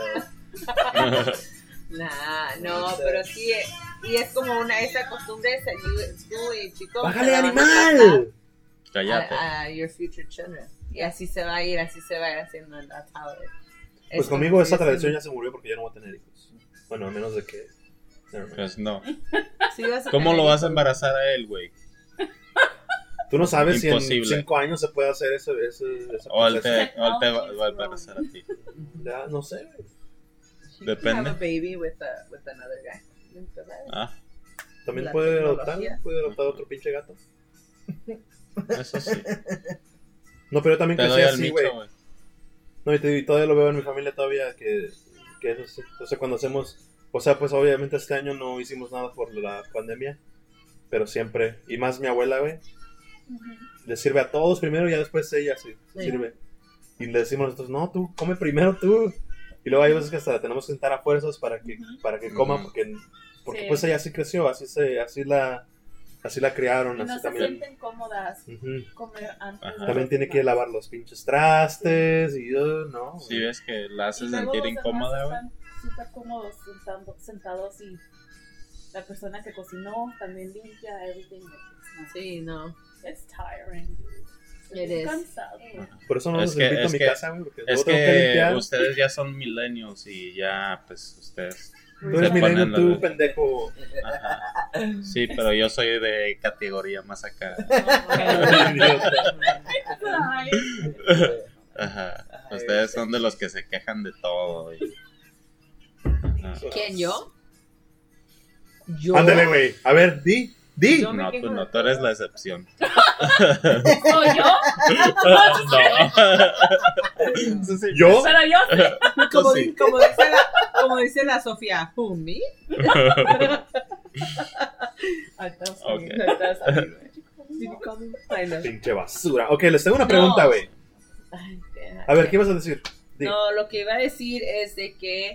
A: Nah, no, pero sí, y es como esa costumbre de tú y chico.
B: ¡Bájale,
A: se la van a
B: animal!
C: Cállate.
A: pasar a your future children. Y así se va a ir haciendo. That's how it-
B: Pues
A: es
B: conmigo
A: como
B: esa
A: si
B: tradición ya se murió porque ya no voy a tener hijos. Bueno, a menos de que...
C: Pues no.
A: sí vas a
C: ¿Cómo
A: tener
C: lo vas a
A: hijos.
C: embarazar a él, güey?
B: Tú no sabes si
C: Imposible.
B: en 5 años se puede hacer esa
C: O él
B: proceso.
C: te va a embarazar a ti.
B: Ya, no sé, güey.
C: Depende.
A: Have a baby with another guy.
C: Ah,
B: También
A: La
B: puede
A: tecnología.
B: adoptar otro pinche gato.
C: eso sí.
B: No, pero yo también
C: Te
B: crecí
C: doy al
B: así,
C: micho,
B: güey.
C: güey.
B: No, y todavía lo veo en mi familia todavía que eso sí. O sea, cuando hacemos... O sea, pues obviamente este año no hicimos nada por la pandemia. Pero siempre... Y más mi abuela, güey. Le sirve a todos primero y ya después ella sí sirve. Y le decimos nosotros, no, tú, come primero tú. Y luego hay veces que hasta la tenemos que sentar a fuerzas para que coma,
C: Ujú.
B: porque
D: Sí.
B: pues ella sí creció, así la criaron,
D: Y no
B: así
D: se
B: también.
D: sienten cómodas
B: Ujú.
D: comer antes.
C: Ajá.
D: de
B: También
D: los
B: tiene que
D: demás.
B: lavar los pinches trastes y no.
C: Si ves que la
D: Y
C: haces
D: luego
C: sentir
D: los demás
C: incómoda, güey.
D: están súper cómodos sentados y la persona que cocinó también limpia everything.
A: Sí, no.
D: It's tiring.
A: It
D: Estoy
A: is.
D: cansado.
B: Por eso no
C: Es
B: los
C: que-
B: invito a
C: es
B: mi
C: que-
B: casa, güey, porque
C: Es
B: luego tengo que
C: que
B: limpiar.
C: ustedes ya son millennials y ya, pues, ustedes...
B: Tú eres
C: se
B: milenio,
C: ponen
B: tú,
C: la-
B: pendejo.
C: Ajá. Sí, pero yo soy de categoría más acá.
D: Ay,
C: Ajá. Ustedes son de los que se quejan de todo. Ajá.
A: ¿Quién, yo? Yo.
B: Ándale, güey. A ver, di.
A: Yo me
C: No,
A: quejo
C: tú no,
A: de
C: tú eres la excepción.
D: ¿soy yo?
C: No.
B: ¿Yo?
D: Pero yo sí.
A: Como,
B: Sí.
A: como dice la Sofía, who, me?
C: Ok.
B: Pinche basura. Ok, les tengo una pregunta, güey. A ver, ¿qué ibas a decir? Di.
A: No, lo que iba a decir es de que,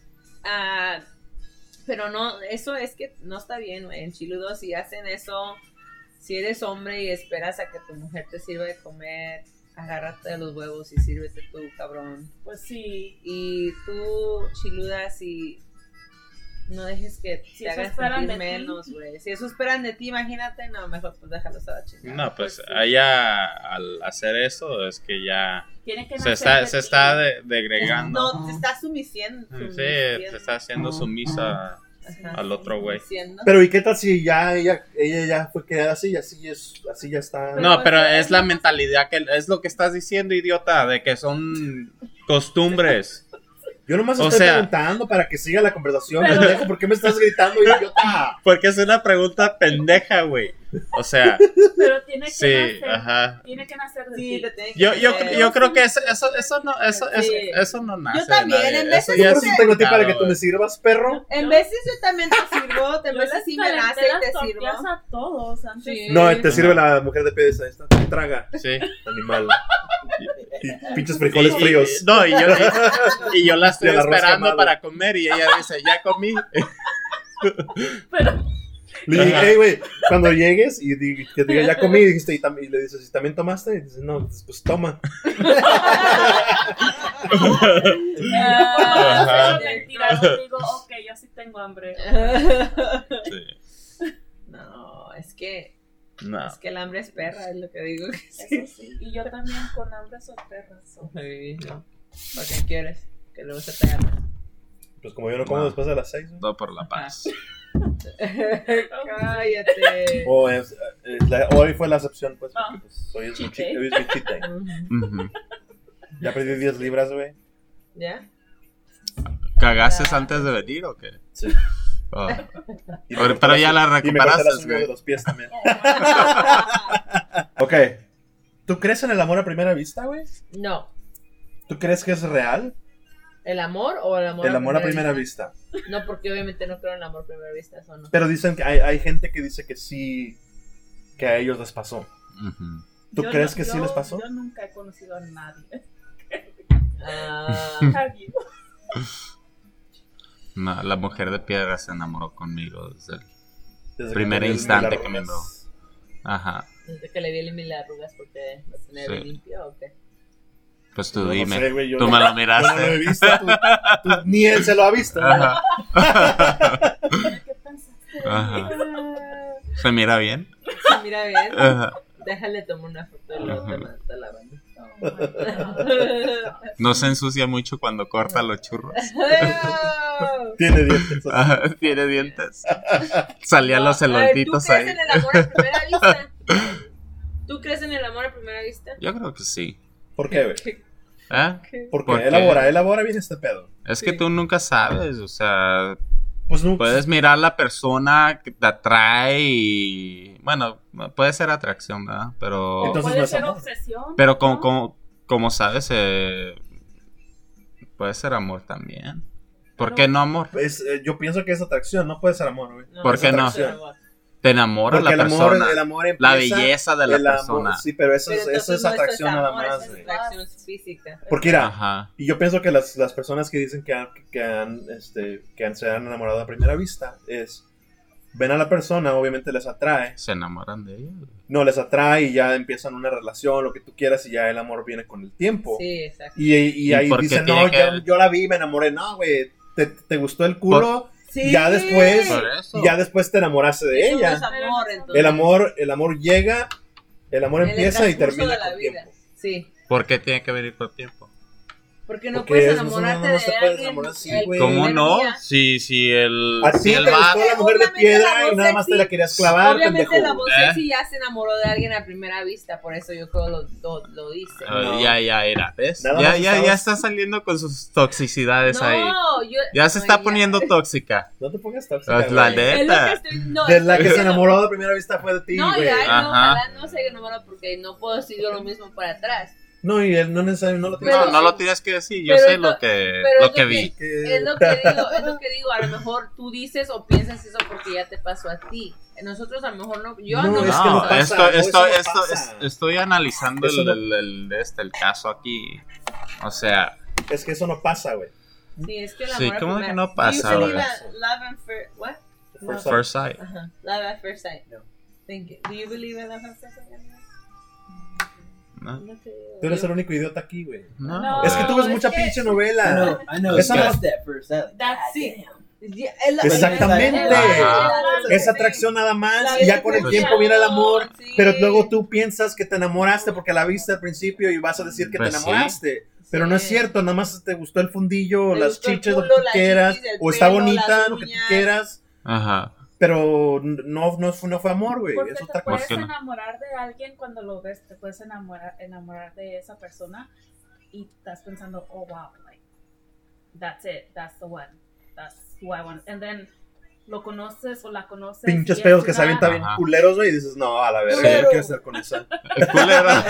A: pero no, eso es que no está bien, güey. En Chiludo, si hacen eso, si eres hombre y esperas a que tu mujer te sirva de comer, agárrate de los huevos y sírvete tú, cabrón.
D: Pues sí.
A: Y tú, Chiluda, si no dejes que
D: Si
A: te
D: eso
A: hagan
D: esperan
A: sentir
D: de ti.
A: menos, güey. Si eso esperan de ti, imagínate, no, mejor pues déjalos a la chingada.
C: No, pues allá al hacer eso es que ya
D: Tiene que
C: se
D: nacer
C: está,
D: de
C: se
D: ti.
C: está degregando.
A: No, te estás sumisiendo.
C: Sí, se está haciendo sumisa
A: Ajá,
C: al otro güey.
A: sumisiendo.
B: Pero ¿y qué tal si ella ya fue creada así y así ya está?
C: No, pero es la mentalidad que es lo que estás diciendo, idiota, de que son costumbres.
B: Yo nomás
C: O
B: estoy
C: sea-
B: preguntando para que siga la conversación, pendejo. ¿Por qué me estás gritando, idiota?
C: Porque es una pregunta pendeja, güey. O sea,
D: Pero tiene que
C: sí,
D: nacer.
C: ajá.
D: Tiene que nacer de
A: Sí,
D: ti.
A: te tiene que
C: Yo
A: hacer.
C: creo que eso no
A: Sí.
C: eso no nace.
A: Yo también,
C: de nadie.
A: en veces
C: Eso
B: Yo
C: ya
B: por
C: es
B: eso tengo a ti para que
C: inventado,
B: tú me
C: güey.
B: sirvas, perro.
A: En veces yo también te sirvo, en
D: Yo
A: veces
D: les
A: sí me
D: calenté
A: nace y
D: las
A: te
D: tortillas
A: sirvo.
D: a todos antes.
A: Sí.
B: No, te sirve la mujer de pies. Ahí está. Traga,
C: Sí.
B: animal. Y pinches frijoles fríos.
C: No, y yo la estoy
B: Y el arroz
C: esperando
B: quemado.
C: para comer y ella dice, ya comí.
D: Pero
B: Le dije,
C: Ajá.
B: hey, güey, cuando llegues y que te diga, ya comí, dijiste, y le dices, ¿y también tomaste? Y dices, no, pues toma.
C: Ajá.
D: es mentira. Yo digo, ok, yo sí tengo hambre.
C: Sí.
A: No, es que
C: No.
A: el hambre es perra, es lo que digo.
D: Eso sí. Y yo también con hambre soy perra. so.
A: Sí, no. ¿Para qué quieres? Que luego se te gana.
B: Pues como yo no como
C: No.
B: después de las 6, güey.
C: Todo por la paz.
A: Cállate.
B: Hoy fue la excepción, pues,
D: Ah.
B: porque pues, hoy es mi
D: Cheat day.
B: cheat day.
C: Ujú.
B: Ya perdí 10 libras, güey.
A: ¿Ya?
C: ¿Cagaste antes de venir o qué?
B: Sí.
C: Oh.
B: Y
C: Pero ya la
B: y me corté las
C: recuperaste,
B: uñas de
C: güey.
B: los pies también. Ok. ¿Tú crees en el amor a primera vista, güey?
A: No.
B: ¿Tú crees que es real?
A: ¿El amor o el amor
B: El amor a primera vista.
A: No, porque obviamente no creo en el amor a primera vista, eso no.
B: Pero dicen que hay gente que dice que sí, que a ellos les pasó.
C: Ujú.
B: ¿Tú crees que sí les pasó?
D: Yo nunca he conocido a nadie.
A: Ah,
D: Nadie.
C: No, la mujer de piedra se enamoró conmigo desde el...
B: Desde
C: Primer
B: que me
C: instante
B: las
C: que me
B: arrugas.
C: Ajá.
A: desde que le vi las arrugas porque lo tenía
C: Sí.
A: bien limpio, ¿o qué?
C: Pues tú
B: No, no
C: dime.
B: sé, güey, yo
C: Tú
B: no-
C: me lo
B: Yo no lo he
C: miraste.
B: visto, ni él se lo ha visto.
C: Ajá.
D: ¿Qué pensaste?
C: Ajá. ¿Se mira bien?
A: Se mira bien.
C: Ajá.
A: Déjale tomar una foto y luego te la mando.
D: Oh my God.
C: No se ensucia mucho cuando corta los churros.
B: Tiene dientes.
C: Ajá, tiene dientes. Salían los elotitos
A: ¿Tú crees
C: ahí.
A: en el amor a primera vista? ¿Tú crees en el amor a primera vista?
C: Yo creo que sí.
B: ¿Por qué, güey?
C: ¿Eh?
B: ¿Por
C: ¿Por
B: qué?
C: qué?
B: Elabora bien este pedo.
C: Es
A: Sí.
C: que tú nunca sabes, o sea,
B: Pues no.
C: puedes mirar la persona que te atrae y... Bueno, puede ser atracción, ¿verdad? Pero...
B: Entonces
D: Puede
B: no es
D: ser
B: amor.
D: obsesión.
C: Pero
D: ¿no?
C: como sabes, puede ser amor también. ¿Por qué no amor?
B: Yo pienso que es atracción, no puede ser amor, güey.
C: ¿Por
B: Es
C: qué no?
B: atracción.
C: Te enamora
B: Porque
C: la persona.
B: el amor
C: La
B: empieza,
C: belleza de la
B: el amor-
C: persona.
B: Sí, pero eso,
A: Pero
B: eso
A: entonces
B: es
A: no
B: atracción nada
A: amor,
B: más,
A: es
B: güey.
A: atracción física.
B: Porque mira,
C: Ajá.
B: y yo pienso que las personas que dicen que se han enamorado a primera vista ven a la persona, obviamente les atrae,
C: Se enamoran de ella.
B: no les atrae y ya empiezan una relación, lo que tú quieras, y ya el amor viene con el tiempo.
A: Sí, exacto.
B: Y ahí
C: por qué
B: dicen,
C: tiene
B: no,
C: que-
B: yo la vi, me enamoré. No, güey, te gustó el culo
A: Sí.
B: y ya después,
C: Por eso.
B: y ya después te enamoraste de
A: Eso no
B: ella.
A: es amor, entonces.
B: El amor llega, el amor
A: En el
B: empieza y
A: transcurso
B: termina
A: de la
B: con
A: vida.
B: tiempo.
A: Sí.
C: ¿Por qué tiene que venir por tiempo?
A: Porque no
B: Porque
A: puedes
B: eso
A: enamorarte
B: no
A: de
B: se puede
A: alguien.
B: enamorar así,
A: el
B: güey.
C: ¿Cómo
A: primer
C: no?
A: día.
C: Si el...
B: A ti
C: si
B: te
C: el
B: gustó
C: vato-
B: la mujer de
A: Obviamente
B: piedra
A: la voz
B: y nada más te
A: sexy.
B: la querías clavar,
A: Obviamente
B: pendejo.
A: la voz
C: ¿Eh?
A: sexy ya se enamoró de alguien a primera vista, por eso yo creo lo dice.
B: No.
C: Ya era, ¿ves?
B: Nada
C: Ya
B: más estabas-
C: está saliendo con sus toxicidades ahí.
A: yo
C: Ya se
A: no,
C: está poniendo tóxica.
B: No te pongas tóxica,
C: Es la
B: güey.
C: de-
A: Es lo que
C: neta.
A: estoy, no,
B: De la que
A: es
B: se enamoró de primera vista fue de ti,
A: No,
B: güey.
A: ya, no,
C: Ajá.
A: ojalá no se enamoró porque no puedo decir yo lo mismo para atrás.
B: No, y él no necesariamente no lo tiene.
A: Pero-
C: No lo tienes que decir, yo
A: pero
C: sé
A: es lo-
C: lo que
A: pero
C: vi.
A: Es lo que digo, a lo mejor tú dices o piensas eso porque ya te pasó a ti. Nosotros a lo mejor no, yo
B: No,
A: no,
B: es que
C: No,
B: no pasa,
C: estoy analizando
B: Eso no-
C: el caso aquí. O sea,
B: Es que eso no pasa, güey.
A: Sí, es que el
C: Sí,
A: amor a
C: ¿cómo
A: primera-
C: que no pasa,
A: Do you believe
C: güey?
A: in love at first, what?
B: First
C: first sight.
A: Ajá, love at first sight.
B: No.
A: Thank you. Do you believe in love at first sight?
C: ¿no?
A: No te digo.
B: Tú eres el único idiota aquí, güey.
C: No.
B: Es que tú ves
A: es
B: mucha
A: que-
B: pinche novela.
E: I know.
B: Esa
E: It's
B: no-
E: just that first sight.
A: That's it.
B: Exactamente.
C: Ajá.
B: Es atracción nada más
A: La
B: y ya
A: vida
B: con el
A: es
B: tiempo viene el amor,
A: sí.
B: pero luego tú piensas que te enamoraste porque la viste al principio y vas a decir que
C: Pues
B: te
C: sí.
B: enamoraste. Pero no es cierto, nada más te gustó el fundillo,
A: Me
B: las
A: gustó el
B: chiches, lo que
A: culo,
B: tú
A: las
B: quieras,
A: chichis, el
B: o está
A: pelo,
B: bonita,
A: las
B: lo que tú
A: uñas.
B: quieras,
C: Ajá.
B: pero no fue amor, güey,
D: Porque
B: es
D: te
B: otra
D: puedes
B: cosa.
C: ¿Por qué no?
D: enamorar de alguien cuando lo ves, te puedes enamorar de esa persona y estás pensando, oh wow, like that's it, that's the one, that's who I want. And then lo conoces o la conoces.
B: Pinches
D: y es
B: pedos que se
D: una-
B: avientan bien
C: Ajá.
B: culeros, güey, y dices, no, a la verga,
A: Culero.
B: yo quiero estar con esa.
C: Culera.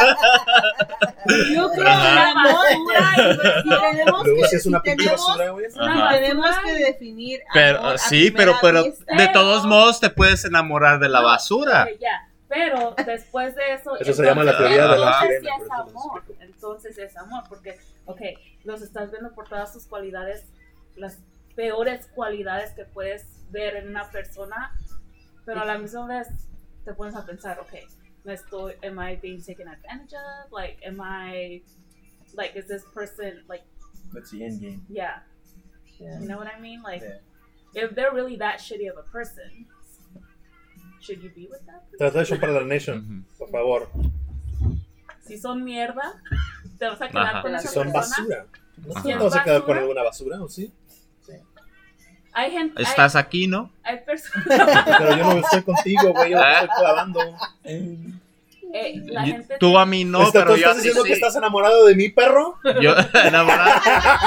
A: Yo creo
C: Ajá.
A: que el amor, y tenemos
B: Luego
A: que,
B: si es una
A: si
B: pinche
A: tenemos,
B: basura, güey.
C: Ajá.
A: tenemos que definir
C: Pero
A: amor a
C: sí,
A: primera
C: pero
A: vista.
C: de todos modos te puedes enamorar de la
D: No,
C: basura.
D: ok, ya. Pero después de eso.
B: Eso se llama la teoría de la
C: Ajá.
B: sirena.
D: Entonces sí es
B: por eso lo
D: amor.
B: explico.
D: Entonces es amor. Porque, ok, los estás viendo por todas sus cualidades, las peores cualidades que puedes ver en una persona. Pero a la misma vez te pones a pensar, ok, am I being taken advantage of? Like, is this person, like,
E: That's the end game.
D: yeah.
A: Yeah.
D: You know what I mean? Like,
E: Yeah.
D: if they're really that shitty of a person, should you be with that person?
B: Translation para la Nation,
C: Ujú.
B: por favor.
D: Si son mierda, te vas a quedar
C: Ajá.
D: con
B: Si
D: esa
B: son
D: persona.
B: basura. ¿No
C: Ajá.
B: te vas a quedar con
D: ¿Basura?
B: alguna basura o sí?
D: Hay gente,
C: Estás aquí, ¿no?
D: hay personas,
B: Pero yo no estoy contigo, güey, yo no te estoy clavando.
D: hay La gente
C: Tú a mí no,
B: ¿Tú
C: pero yo
B: estás
C: a ti
B: diciendo que
C: sí.
B: estás enamorado de mí, perro?
C: Yo enamorado.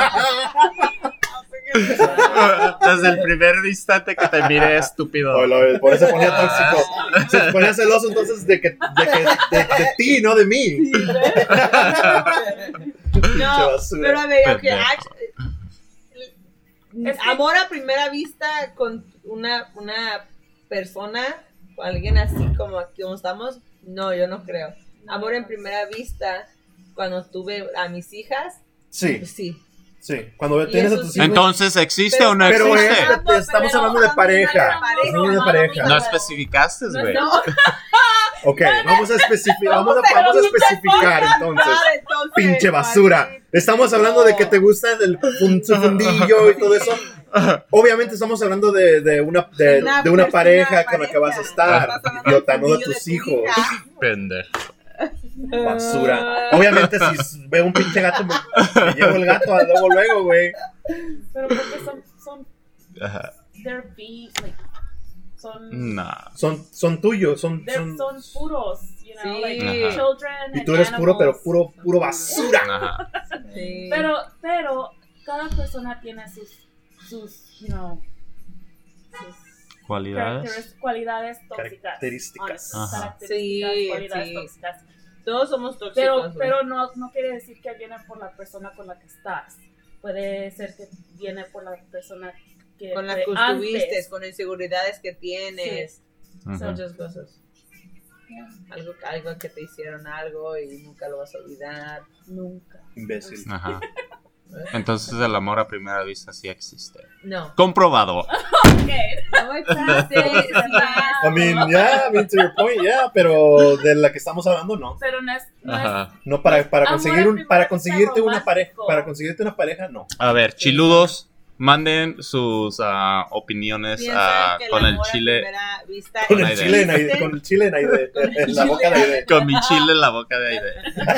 C: Desde el primer instante que te miré, estúpido.
B: Por eso se ponía tóxico. Se ponía celoso entonces de ti, no de mí.
A: No,
B: basura.
A: pero a ver, ok,
C: Pendejo.
A: amor a primera vista con una persona, con alguien así como estamos, no, yo no creo. Amor en primera vista, cuando tuve a mis hijas,
B: Sí,
A: sí.
B: sí. Cuando
A: Y
B: tienes a
A: eso
B: tus
A: sí.
B: hijos.
C: Entonces, ¿existe
A: Pero-
C: o no
B: Pero
C: existe?
B: estamos hablando de pareja. Estamos hablando de pareja.
C: No especificaste, güey.
A: No,
B: Ok, vamos a especificar entonces. Pinche basura. Estamos hablando de que te gusta su fundillo y todo eso. Obviamente estamos hablando de una pareja con la que vas a estar. Idiota, no de tus hijos.
C: Pendejo.
B: Basura. Obviamente si veo un pinche gato me llevo el gato luego, güey.
D: Pero porque son
C: Ajá.
D: they're big, like, son
C: No.
B: Son tuyos, son
D: son puros, you know,
A: Sí.
D: like
C: Ajá.
D: children
B: y tú eres
D: and
B: puro, pero
D: animals.
B: puro basura.
C: Ajá.
A: Sí.
D: Pero cada persona tiene sus you know, sus
C: ¿Cualidades?
D: cualidades tóxicas.
B: Características.
C: Ajá.
D: Características,
A: Sí,
D: cualidades
A: sí.
D: tóxicas.
A: Todos somos tóxicos.
D: Pero no quiere decir que viene por la persona con la que estás. Puede ser que viene por la persona que
A: con las
D: fue
A: que
D: antes.
A: estuviste, con inseguridades que tienes,
C: Ujú.
A: muchas cosas. Algo que te hicieron algo y nunca lo vas a olvidar.
D: Nunca.
B: Imbécil.
C: Ajá. Entonces el amor a primera vista sí existe.
A: No.
C: Comprobado.
A: No existe.
B: I mean, to your point, yeah, pero de la que estamos hablando, no.
D: Pero no es
C: Ajá.
B: No para
D: Amor
B: conseguir
D: a primera
B: para
D: vista
B: conseguirte una pareja,
D: romántico.
B: para conseguirte una pareja, no.
C: A ver, chiludos, manden sus opiniones
A: Piensa que
C: con el
A: amor a
C: chile.
A: primera vista
B: Con el
C: Aide.
B: chile en Aide, con el chile en Aide, en la boca de Aide.
C: Con mi chile en la boca de Aide.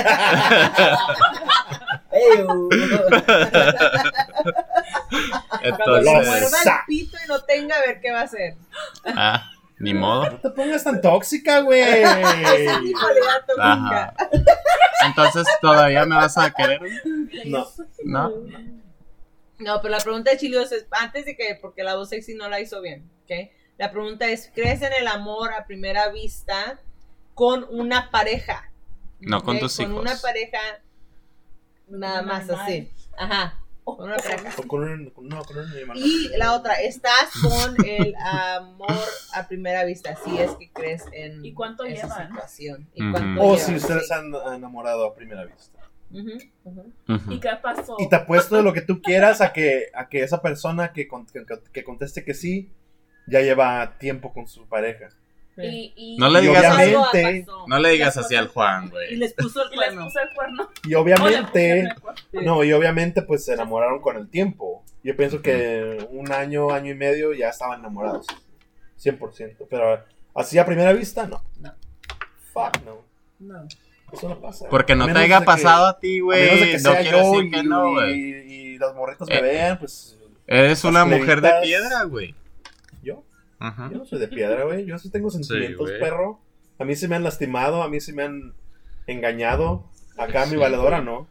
A: Cuando le
B: Los-
C: Entonces,
A: muerda el pito y no tenga, a ver qué va a hacer.
C: ni modo.
B: No te pongas tan tóxica, güey.
A: Esa rivalidad
C: Ajá.
A: tóxica.
C: Entonces, ¿todavía me vas a querer?
B: No.
C: ¿No?
A: No, pero la pregunta de Chilios es, antes de que, porque la voz sexy no la hizo bien, ¿ok? La pregunta es, ¿crees en el amor a primera vista con una pareja?
C: No con
A: ¿Ok?
C: tus hijos.
A: Con una pareja nada
D: Un
A: más
D: animal.
A: así. Ajá. Con una pareja.
B: Con un animal.
A: Y la otra, ¿estás con el amor a primera vista? Si es que crees en
D: ¿Y cuánto
A: esa
D: llevan?
A: situación. ¿Y
C: Ujú.
A: cuánto
B: O
A: llevan?
B: si ustedes
A: Sí.
B: han enamorado a primera vista.
A: Ujú, ujú.
C: Ujú.
D: ¿Y qué pasó?
B: Y te apuesto lo que tú quieras a que esa persona que conteste que sí, ya lleva tiempo con su pareja.
D: Y
C: No le
B: Y
C: digas así.
B: obviamente-
A: Algo pasó.
C: No le digas así al Juan,
A: Y
C: güey.
A: les puso el
D: y les
A: cuerno.
D: puso el cuerno.
B: Y
D: O le
B: obviamente,
D: pusieron el cuerno.
B: no, y obviamente pues se enamoraron con el tiempo. Yo pienso que un año y medio ya estaban enamorados. 100%. Pero así a primera vista, no.
A: No.
B: Fuck, no.
A: No.
B: Eso no pasa.
C: Porque no
B: A
C: te
B: menos
C: haya
B: de que-
C: pasado a ti,
B: a menos de
C: güey.
B: que
C: No
B: sea
C: quiero
B: yo
C: decir que no, güey.
B: y los morritos me vean, pues
C: Eres
B: las
C: una mujer de
B: culeritas-
C: piedra, güey.
B: yo.
C: Ajá.
B: Yo no soy de piedra, güey. Yo sí tengo sentimientos,
C: güey.
B: perro. A mí sí me han lastimado, a mí sí me han engañado. Acá
C: Sí,
B: mi valedora no.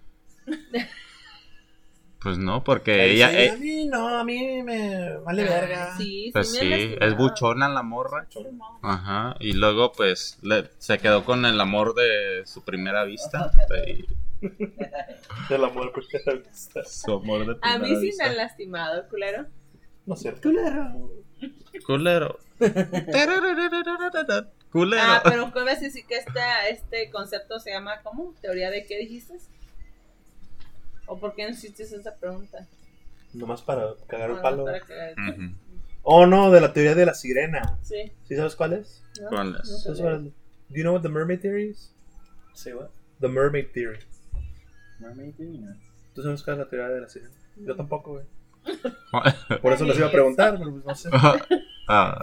C: Pues no, porque
B: Ahí
C: ella.
B: sí, a mí no, a mí me vale verga.
A: Sí,
C: Pues
A: me
C: sí,
A: han
C: es
A: lastimado.
C: buchona la morra. Ajá. Y luego, pues, se quedó con el amor de su primera vista. Y
B: El amor por primera vista.
C: su amor de
A: A
C: primera
A: mí sí me
C: vista.
A: han lastimado, culero.
B: No es cierto.
C: Culero. Culero.
A: Ah, pero ¿cómo es decir que este concepto se llama, ¿cómo? ¿Teoría de qué dijiste? ¿O por qué no hiciste esa pregunta?
B: Nomás para cagar el
A: No,
B: palo.
A: para que-
C: Ujú.
B: Oh, no, de la teoría de la sirena.
A: Sí.
B: ¿Sí sabes cuál es?
A: ¿no?
C: ¿Cuál es?
A: No sé.
B: Do you know what the mermaid theory is?
E: Say what?
B: The mermaid theory.
E: Mermaid theory? No.
B: ¿Tú sabes cuál es la teoría de la sirena? Yo tampoco, güey. Por eso les iba a preguntar, pero pues no sé.
C: Ah,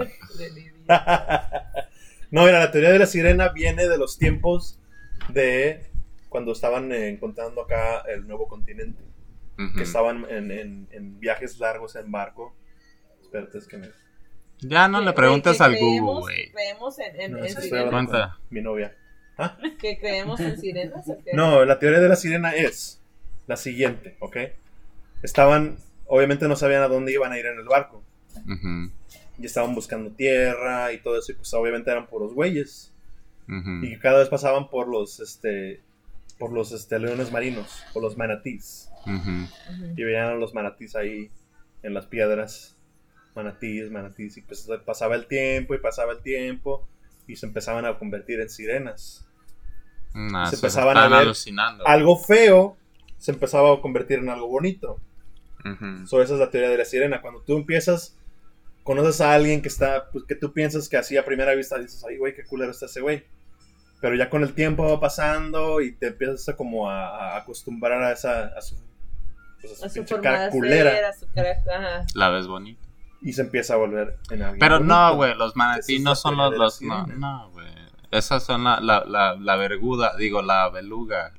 B: No, mira, la teoría de la sirena viene de los tiempos de cuando estaban encontrando acá el nuevo continente.
C: ujú.
B: Que estaban en viajes largos en barco. Espérate, es que me...
C: Ya no le preguntes
A: Que
C: al
A: creemos-
C: Google, güey.
A: Creemos en
B: No, es que
A: sirena.
B: estoy hablando
C: Cuenta.
B: con mi novia.
A: ¿Que creemos en sirenas o qué?
B: No, la teoría de la sirena es la siguiente, ¿ok? Obviamente no sabían a dónde iban a ir en el barco.
C: Ujú,
B: Y estaban buscando tierra y todo eso. Y pues obviamente eran puros güeyes.
C: ujú.
B: Y cada vez pasaban por los leones marinos, por los manatís.
C: Ujú.
A: Ujú.
B: Y veían a los manatís ahí en las piedras. Manatís. Y pues pasaba el tiempo. Y se empezaban a convertir en sirenas.
C: No,
B: Se
C: se
B: empezaban a
C: están
B: ver
C: alucinando.
B: Algo feo se empezaba a convertir en algo bonito.
C: Ujú.
B: So, esa es la teoría de la sirena. Cuando tú conoces a alguien que está, pues, que tú piensas que así a primera vista dices, ay, güey, qué culero está ese güey. Pero ya con el tiempo va pasando y te empiezas a acostumbrar a su
A: A su
B: pinche
A: forma
B: cara
A: de
B: culera.
A: ser, a su carácter. Ajá.
C: La ves bonita.
B: Y se empieza a volver en alguien
C: Pero
B: bonito.
C: no, güey, los
B: Esa
C: manatís
B: es
C: no
B: la
C: son
B: teoría de la
C: no,
B: sirena.
C: no, güey. Esas son la verguda, digo, la beluga,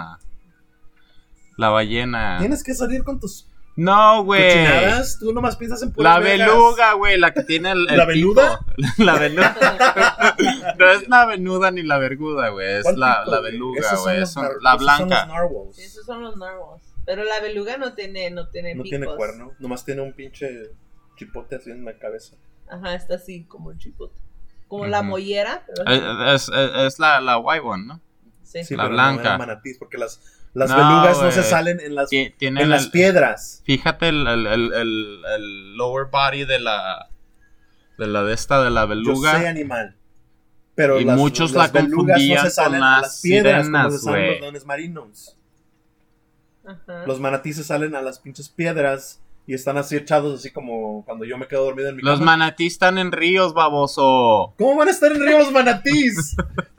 C: la ballena.
B: Tienes que salir con tus
C: No, güey.
B: cochinadas. Tú nomás piensas en puras
C: La
B: vergas.
C: beluga, güey, la que tiene el
B: ¿La venuda?
C: pico. La venuda. No es la venuda ni la verguda, güey, es
B: ¿Cuál
C: la
B: pico,
C: beluga,
B: Esos son
C: güey,
B: los
C: son
B: nar-
C: la
B: esos son los
C: blanca.
B: narwhals.
A: Sí, esos son los narwhals. Pero la beluga no tiene
B: No
A: picos.
B: tiene cuerno. Nomás tiene un pinche chipote así en la cabeza.
A: Ajá, está así como el chipote. Como la
C: Ujú.
A: mollera, pero así.
C: Es la white one, ¿no?
A: Sí.
B: Sí,
C: La
B: pero
C: blanca.
B: no eran manatís, porque las
C: No,
B: belugas no se
C: güey.
B: salen en las
C: Tiene
B: las piedras.
C: Fíjate el lower body de la de la
B: Yo
C: beluga.
B: sé animal. Pero
C: Y
B: las,
C: muchos
B: las
C: la
B: belugas no
C: confundían
B: se salen
C: con
B: a
C: las
B: las piedras como
C: sirenas,
B: se salen
C: güey.
B: los leones marinos.
A: Ajá.
B: Los manatíes se salen a las pinches piedras y están así echados así como cuando yo me quedo dormido en mi
C: Los
B: cama.
C: manatís están en ríos, baboso.
B: ¿Cómo van a estar en río los manatís?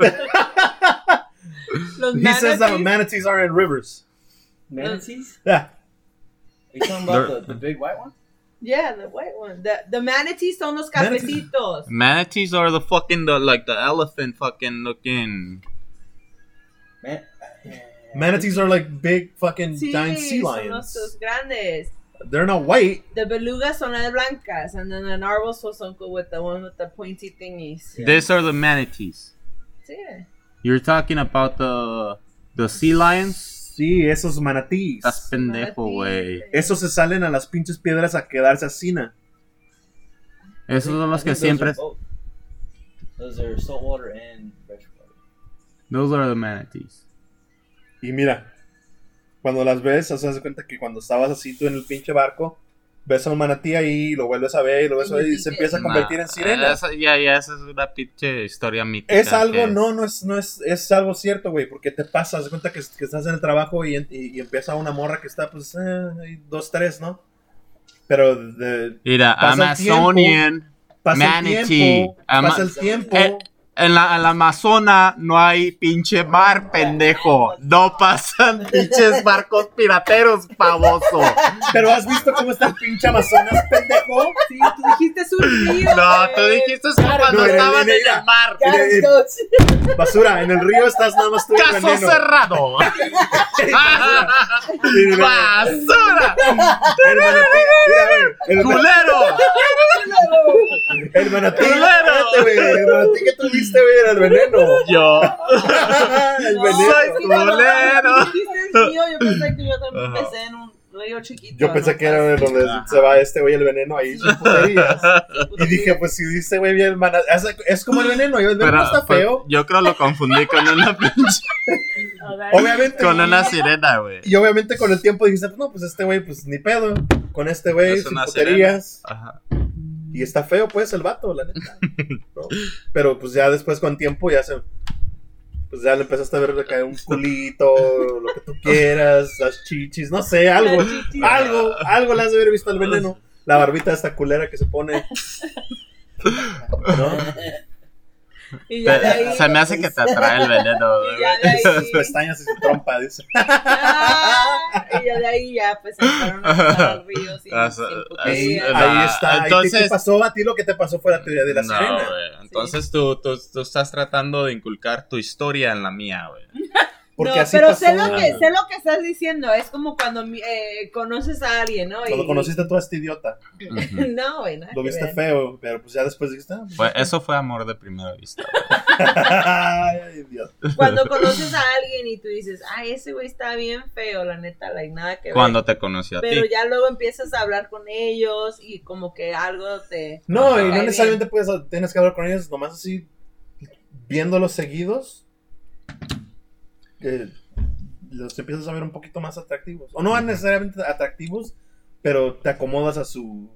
A: Los
B: He says that
A: manatees-
B: manatees are in rivers.
E: Manatees?
B: Yeah.
E: Are you talking about the big white one?
A: Yeah, the white one. The manatees son los cafecitos.
C: Manatees are the elephant fucking looking.
E: Man.
B: Manatees are like big fucking
A: Sí,
B: giant sea
A: son los
B: lions.
A: grandes.
B: They're not white.
A: The belugas son las blancas, and then the narwhals son with the one with the pointy thingies.
C: These are the manatees.
A: Sí.
C: You're talking about the sea lions?
B: Sí, esos manatíes.
C: Estás pendejo, güey.
B: Esos se salen a las pinches piedras a quedarse así, ¿no?
C: Esos son los
E: I
C: que
E: think
C: siempre.
E: Those are, both. Those are saltwater and freshwater.
C: Those are the manatees.
B: Y mira, cuando las ves, o sea, das cuenta que cuando estabas así tú en el pinche barco, ves a un manatí ahí y lo vuelves a ver y lo ves a ver y se empieza a convertir en sirena.
C: Esa es una pinche historia mítica.
B: Es algo,
C: que-
B: no es algo cierto, güey, porque te pasa, das cuenta que estás en el trabajo y empieza una morra que está, pues, hay 2, 3, ¿no? Pero
C: Mira,
B: pasa el tiempo,
C: Amazonian
B: pasa
C: manatee.
B: el tiempo, pasa el tiempo.
C: En la Amazona no hay pinche mar, pendejo. No pasan pinches barcos pirateros, pavoso.
B: Pero has visto cómo está el pinche Amazonas, pendejo.
A: Sí, tú dijiste es un río.
C: No, tú dijiste eso cuando
B: No,
C: estaban en
B: mira.
C: el mar.
B: Basura, en el río estás nada más tú y el
C: Caso
B: veneno.
C: cerrado. ¡Basura!
B: El manatí, mira, güey,
C: ¡Culero!
B: el manatí,
C: ¡Culero!
B: espérate, güey, el manatí que tuviste, güey, era el veneno.
C: Yo
B: El
A: No,
B: veneno.
C: soy
A: es que cuando
C: culero.
A: dijiste el río, yo pensé que yo también
C: Ajá.
A: empecé en un río chiquito.
B: Yo pensé
A: ¿no?
B: que era donde se va este güey el veneno ahí sus puterías. Y dije, pues si dice güey bien el manatí, es como el veneno, y el veneno
C: Pero
B: está
C: pues,
B: feo.
C: yo creo lo confundí con una pinche.
B: Obviamente.
C: Con una sirena, güey.
B: Y obviamente con el tiempo dijiste, pues no, pues este güey, pues ni pedo. Con este güey,
C: Es
B: sin
C: una
B: puterías.
C: Ajá.
B: Y está feo, pues, el vato, la neta. ¿No? Pero pues ya después con tiempo ya se. Pues ya le empezaste a ver que cae un culito, lo que tú quieras, las chichis, no sé, algo.
A: Las chichis.
B: Algo le has de haber visto al veneno. La barbita de esta culera que se pone. ¿No?
A: Y ya de ahí,
C: Se me hace que te atrae el veneno,
A: y
C: güey.
A: ya de ahí,
B: Sus pestañas y su trompa, dice.
A: y ya de ahí ya pues empezaron a pasar ríos sin puterías.
B: Ahí está.
C: Entonces-
B: ¿Qué te pasó? A ti lo que te pasó fue la teoría de la
C: No,
B: sirena.
C: güey. Entonces tú estás tratando de inculcar tu historia en la mía, güey.
B: Porque
A: no,
B: así
A: pero
B: pasó.
A: sé lo que estás diciendo. Es como cuando conoces a alguien, ¿no?
B: Cuando conociste tú a este idiota.
C: Ujú.
A: No, güey, nada
B: Lo
A: que
B: viste
A: ver.
B: feo, pero pues ya después dijiste... Ah,
C: Eso fue amor de primera vista.
B: ay, idiota.
A: Cuando conoces a alguien y tú dices, ay, ese güey está bien feo, la neta, like, nada que ver.
C: Cuando te conocí a
A: Pero
C: ti.
A: ya luego empiezas a hablar con ellos y como que algo te...
B: No, y
A: Cae
B: no
A: bien.
B: necesariamente tienes que hablar con ellos, nomás así, viéndolos seguidos, que los empiezas a ver un poquito más atractivos. O no necesariamente atractivos, pero te acomodas a su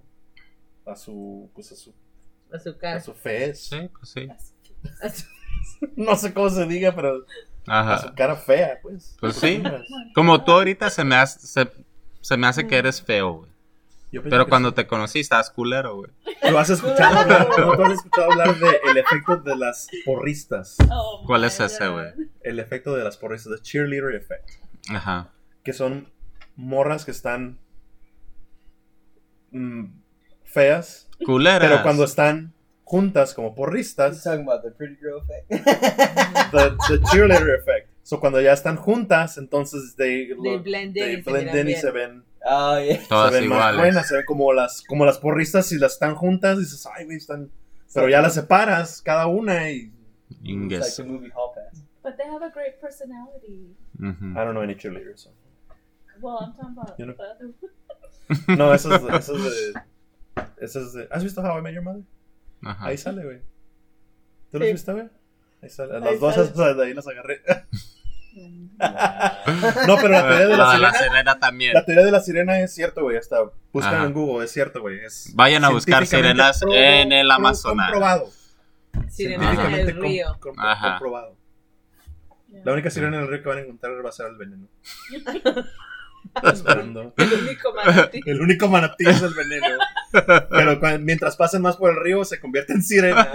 A: Azúcar.
B: fez.
C: Sí, pues sí.
B: No sé cómo se diga, pero a su
C: Ajá.
B: cara fea, pues.
C: Pues sí. Como tú ahorita se me hace que eres feo, güey.
B: Yo pienso
C: Pero
B: que
C: cuando
B: sí.
C: te conocí estabas culero, güey.
B: ¿Tú has escuchado hablar, no, tú has escuchado hablar del efecto de las porristas?
D: Oh,
C: ¿Cuál
D: my
C: es ese,
D: God.
C: güey?
B: El efecto de las porristas, el cheerleader effect.
C: Ajá.
B: Que son morras que están feas,
C: Culeras.
B: pero cuando están juntas como
E: He's
B: porristas,
E: talking about the pretty girl effect.
B: the cheerleader effect. So cuando ya están juntas, entonces they
A: blend in y se
B: blend
A: miran
B: in y
A: bien.
B: se ven,
E: Oh yeah.
C: Todas
B: se ven más
C: iguales.
B: buenas, se ven como las porristas. Si las están juntas, dices, ay, güey, están. Pero ya las separas, cada una, y
E: It's
C: Ingues.
E: like the movie Hall Pass.
D: But they have a great personality.
C: Ujú.
B: I don't know any cheerleaders. So.
D: Well, I'm talking about
B: You know.
D: the other.
B: No, eso es de. ¿Has visto How I Met Your Mother?
C: Ajá.
B: Ahí sale, güey. ¿Tú los
A: Sí.
B: viste, güey? Ahí sale.
A: Ahí
B: Las dos
A: sale.
B: de ahí las agarré. No, pero la teoría de la
C: La
B: sirena.
C: sirena también.
B: La teoría de la sirena es cierto, güey. Hasta buscan
C: Ajá.
B: en Google, es cierto, güey. Es
C: Vayan a buscar
B: científicamente
C: sirenas en el Amazonas.
B: Comprobado.
A: Sirenas en
B: Científicamente
A: el río.
C: Ajá.
B: comprobado.
D: Yeah.
B: La única sirena en el río que van a encontrar va a ser el veneno. Esperando.
A: El único manatí.
B: El único manatí es el veneno. Pero mientras pasen más por el río, se convierte en sirena.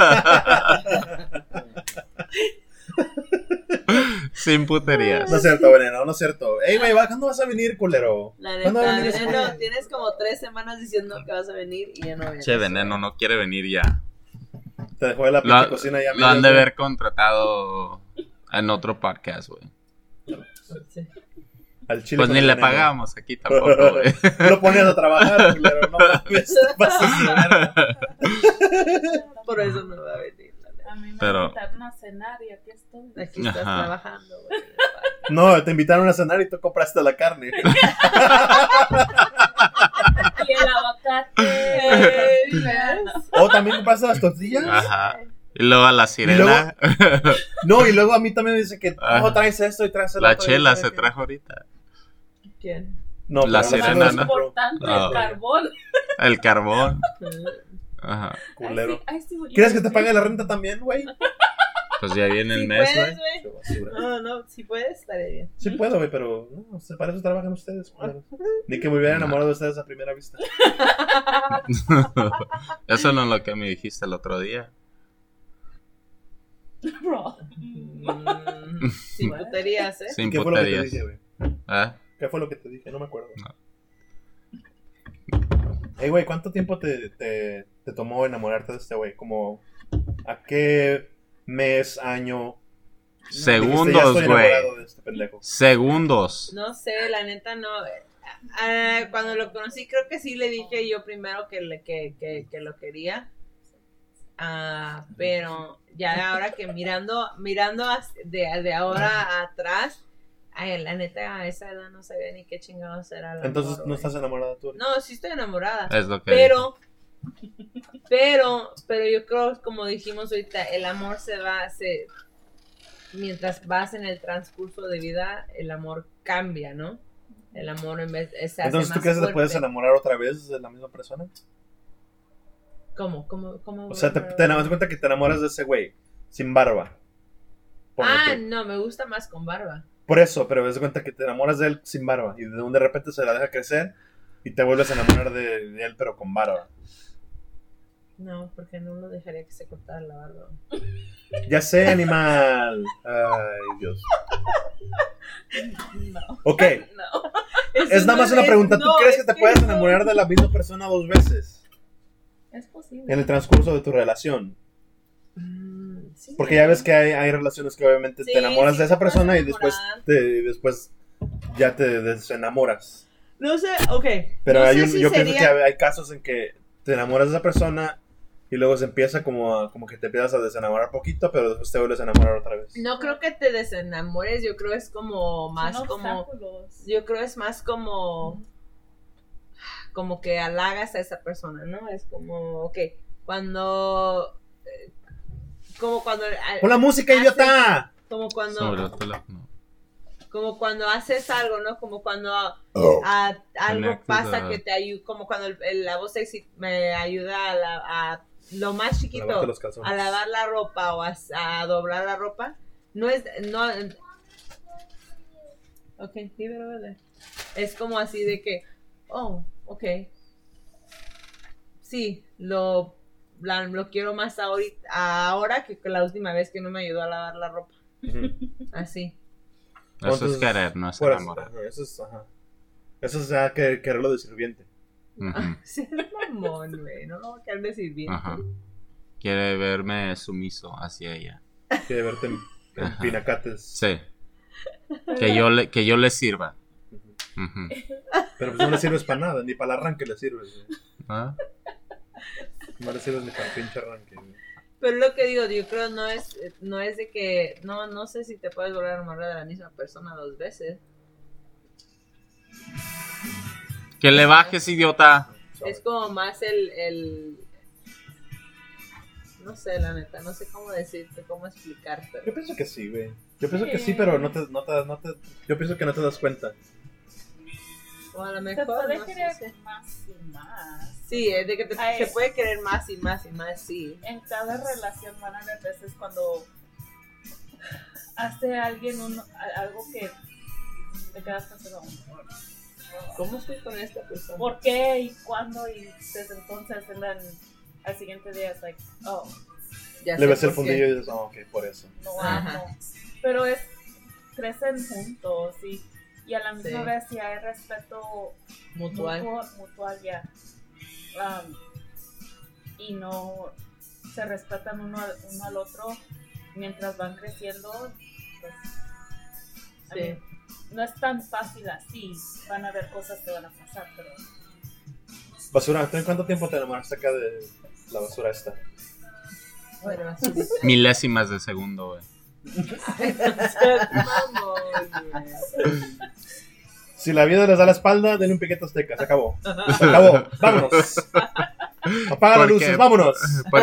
C: Sin puterías.
B: No es cierto, veneno, no es cierto. Ey, güey, ¿cuándo vas a venir, culero?
A: La
B: ¿Cuándo vas a
A: neta,
B: venir?
A: veneno, tienes como 3 semanas diciendo que vas a venir y ya no vienes.
C: Che, veneno no quiere venir ya.
B: Te dejó de la pinche cocina ya.
C: Lo han de
B: medio,
C: haber contratado en otro podcast, güey.
A: Sí.
B: al chile
C: Pues
B: con
C: ni
B: el
C: le
B: veneno.
C: pagamos aquí tampoco, güey.
B: Lo ponías a trabajar, culero. No mames, te pasas de verga.
A: Por eso no va a venir. La neta.
D: A mí me
C: Pero-
D: invitaron a cenar y aquí estoy.
A: Aquí estás
C: Ajá.
A: trabajando, güey.
B: No, te invitaron a cenar y tú compraste la carne.
D: Y el aguacate.
A: ¿Ves?
B: ¿O también compraste las tortillas?
C: Ajá. Y luego a la sirena.
B: No, y luego a mí también me dice que
C: Ajá.
B: traes esto y traes el
C: La
B: otro, y
C: chela
B: traes
C: se
B: aquello.
C: trajo ahorita.
A: ¿Quién?
B: No,
C: La
B: pero
C: sirena,
B: las
C: ¿no?
B: compró.
D: Importante
C: Ah,
D: el carbón.
C: El carbón. Ajá.
B: Culero.
D: I see what you
B: ¿Quieres que te
D: did.
B: pague la renta también, güey?
C: Pues ya viene el
A: Si
C: mes,
A: puedes,
C: güey.
B: Qué
A: güey.
B: basura.
A: No, si puedes, estaré bien.
B: Sí puedo, güey, pero no, para eso trabajan ustedes, culeros. Ni que me hubiera enamorado de ustedes a primera vista.
C: Eso no es lo que me dijiste el otro día.
D: Bro.
A: Sin puterías, ¿eh?
C: Sin
B: ¿Qué fue lo que te
C: puterías.
B: dije, güey?
C: ¿Ah?
B: ¿Qué fue lo que te dije? No me acuerdo.
C: No.
B: Hey, güey, ¿cuánto tiempo te tomó enamorarte de este güey? Como, ¿a qué mes, año? Dijiste, "Ya
C: Segundos,
B: estoy
C: güey.
B: enamorado de este pendejo"?
C: Segundos.
A: No sé, la neta no. Cuando lo conocí, creo que sí le dije yo primero que lo quería. Pero ya ahora que mirando de ahora atrás, la neta a esa edad no sabía ni qué chingados era el amor,
B: Entonces, ¿no
A: güey.
B: estás enamorada tú?
A: No, sí estoy enamorada.
C: Es lo que.
A: Pero yo creo, como dijimos ahorita, el amor mientras vas en el transcurso de vida, el amor cambia, ¿no? El amor se hace
B: Entonces, ¿tú
A: más
B: crees que te
A: fuerte.
B: puedes enamorar otra vez de la misma persona?
A: ¿Cómo?
B: O sea, te das cuenta que te enamoras de ese güey, sin barba. Ponle tú.
A: No, me gusta más con barba.
B: Por eso, pero te das cuenta que te enamoras de él sin barba y de repente se la deja crecer y te vuelves a enamorar de él, pero con barba.
A: No, porque no lo dejaría que se cortara la barba.
B: Ya sé, animal. Ay, Dios.
D: No.
B: Ok,
D: No.
B: es nada más una pregunta. ¿Tú crees que te puedes enamorar de la misma persona 2 veces
D: Es posible.
B: en el transcurso de tu relación?
A: Sí.
B: Porque ya ves que hay relaciones que obviamente
A: Sí,
B: te enamoras
A: sí,
B: de esa
A: te puedes
B: persona y
A: enamorar.
B: después ya te desenamoras.
A: No sé, ok.
B: Pero
A: no
B: hay
A: sé
B: un,
A: si
B: yo pienso
A: sería-
B: que hay casos en que te enamoras de esa persona y luego se empieza como que te empiezas a desenamorar poquito, pero después te vuelves a enamorar otra vez.
A: No creo que te desenamores, yo creo es como más
D: Son
A: como...
D: obstáculos.
A: Yo creo es más como que halagas a esa persona, ¿no? Es como, ok, cuando... como cuando...
B: ¡Pon la música, idiota!
A: Como
C: Sobre
A: cuando...
C: el teléfono.
A: Como cuando haces algo, ¿no? Como cuando algo
C: Connected
A: pasa
C: a-
A: que te ayuda, como cuando la voz sexy me ayuda a lo más chiquito,
B: Lavarte los calzones.
A: a lavar la ropa o a doblar la ropa. No es, no, ok, sí, ¿verdad? Es como así de que, oh, ok, sí, lo quiero más ahora que la última vez que no me ayudó a lavar la ropa,
B: Ujú.
A: así.
C: Eso es
B: Entonces,
C: querer, no es
B: Por eso,
C: enamorar.
B: ajá, eso es ya quererlo de sirviente.
C: Ujú.
A: Sí, es mamón, güey, no lo voy a quedar de sirviente.
C: Ajá. Quiere verme sumiso hacia ella.
B: Quiere verte en
C: Ajá.
B: pinacates.
C: Sí. Que yo le sirva. Ujú.
B: Pero pues no le sirves para nada, ni para el arranque le sirves. Güey.
C: ¿Ah?
B: No le sirves ni para el pinche arranque. Güey.
A: Pero lo que digo, yo creo no es de que, no sé si te puedes volver a enamorar de la misma persona 2 veces.
C: Que le bajes, idiota.
A: Es como más el no sé, la neta, no sé cómo decirte, cómo explicar, pero
B: Yo pienso que sí, güey. Yo pienso que sí, pero no te, yo pienso que no te das cuenta.
A: o a lo
D: Se
A: mejor
D: puede
A: no sé,
D: querer
A: sí.
D: más y más.
A: Sí, es de que
D: Ay.
A: se puede querer más y más y más, sí.
D: En cada relación van a haber veces cuando hace alguien algo que te quedas pensando,
A: ¿Cómo estoy con esta persona?
D: ¿por qué y cuándo? Y desde entonces al siguiente día es like, oh,
A: Ya
B: Le
A: sé
B: ves el
A: por qué.
B: fundillo y dices, oh, ok, por eso.
D: no,
A: Ajá.
D: no. Pero crecen juntos y a la misma
A: Sí.
D: vez si hay respeto
A: Mutual.
D: mutual ya. Y no se respetan uno al otro mientras van creciendo, pues I
A: Sí.
D: mean, no es tan fácil así. Van a haber cosas que van a pasar, pero
B: Basura, ¿tú en cuánto tiempo te enamoraste acá de la basura esta?
A: Bueno, así dice.
C: Milésimas de segundo, güey.
A: Mamón, güey.
B: Si la vida les da la espalda, denle un piquete azteca, se acabó. Se acabó, vámonos. Apaga las
C: ¿Por qué?
B: luces, vámonos.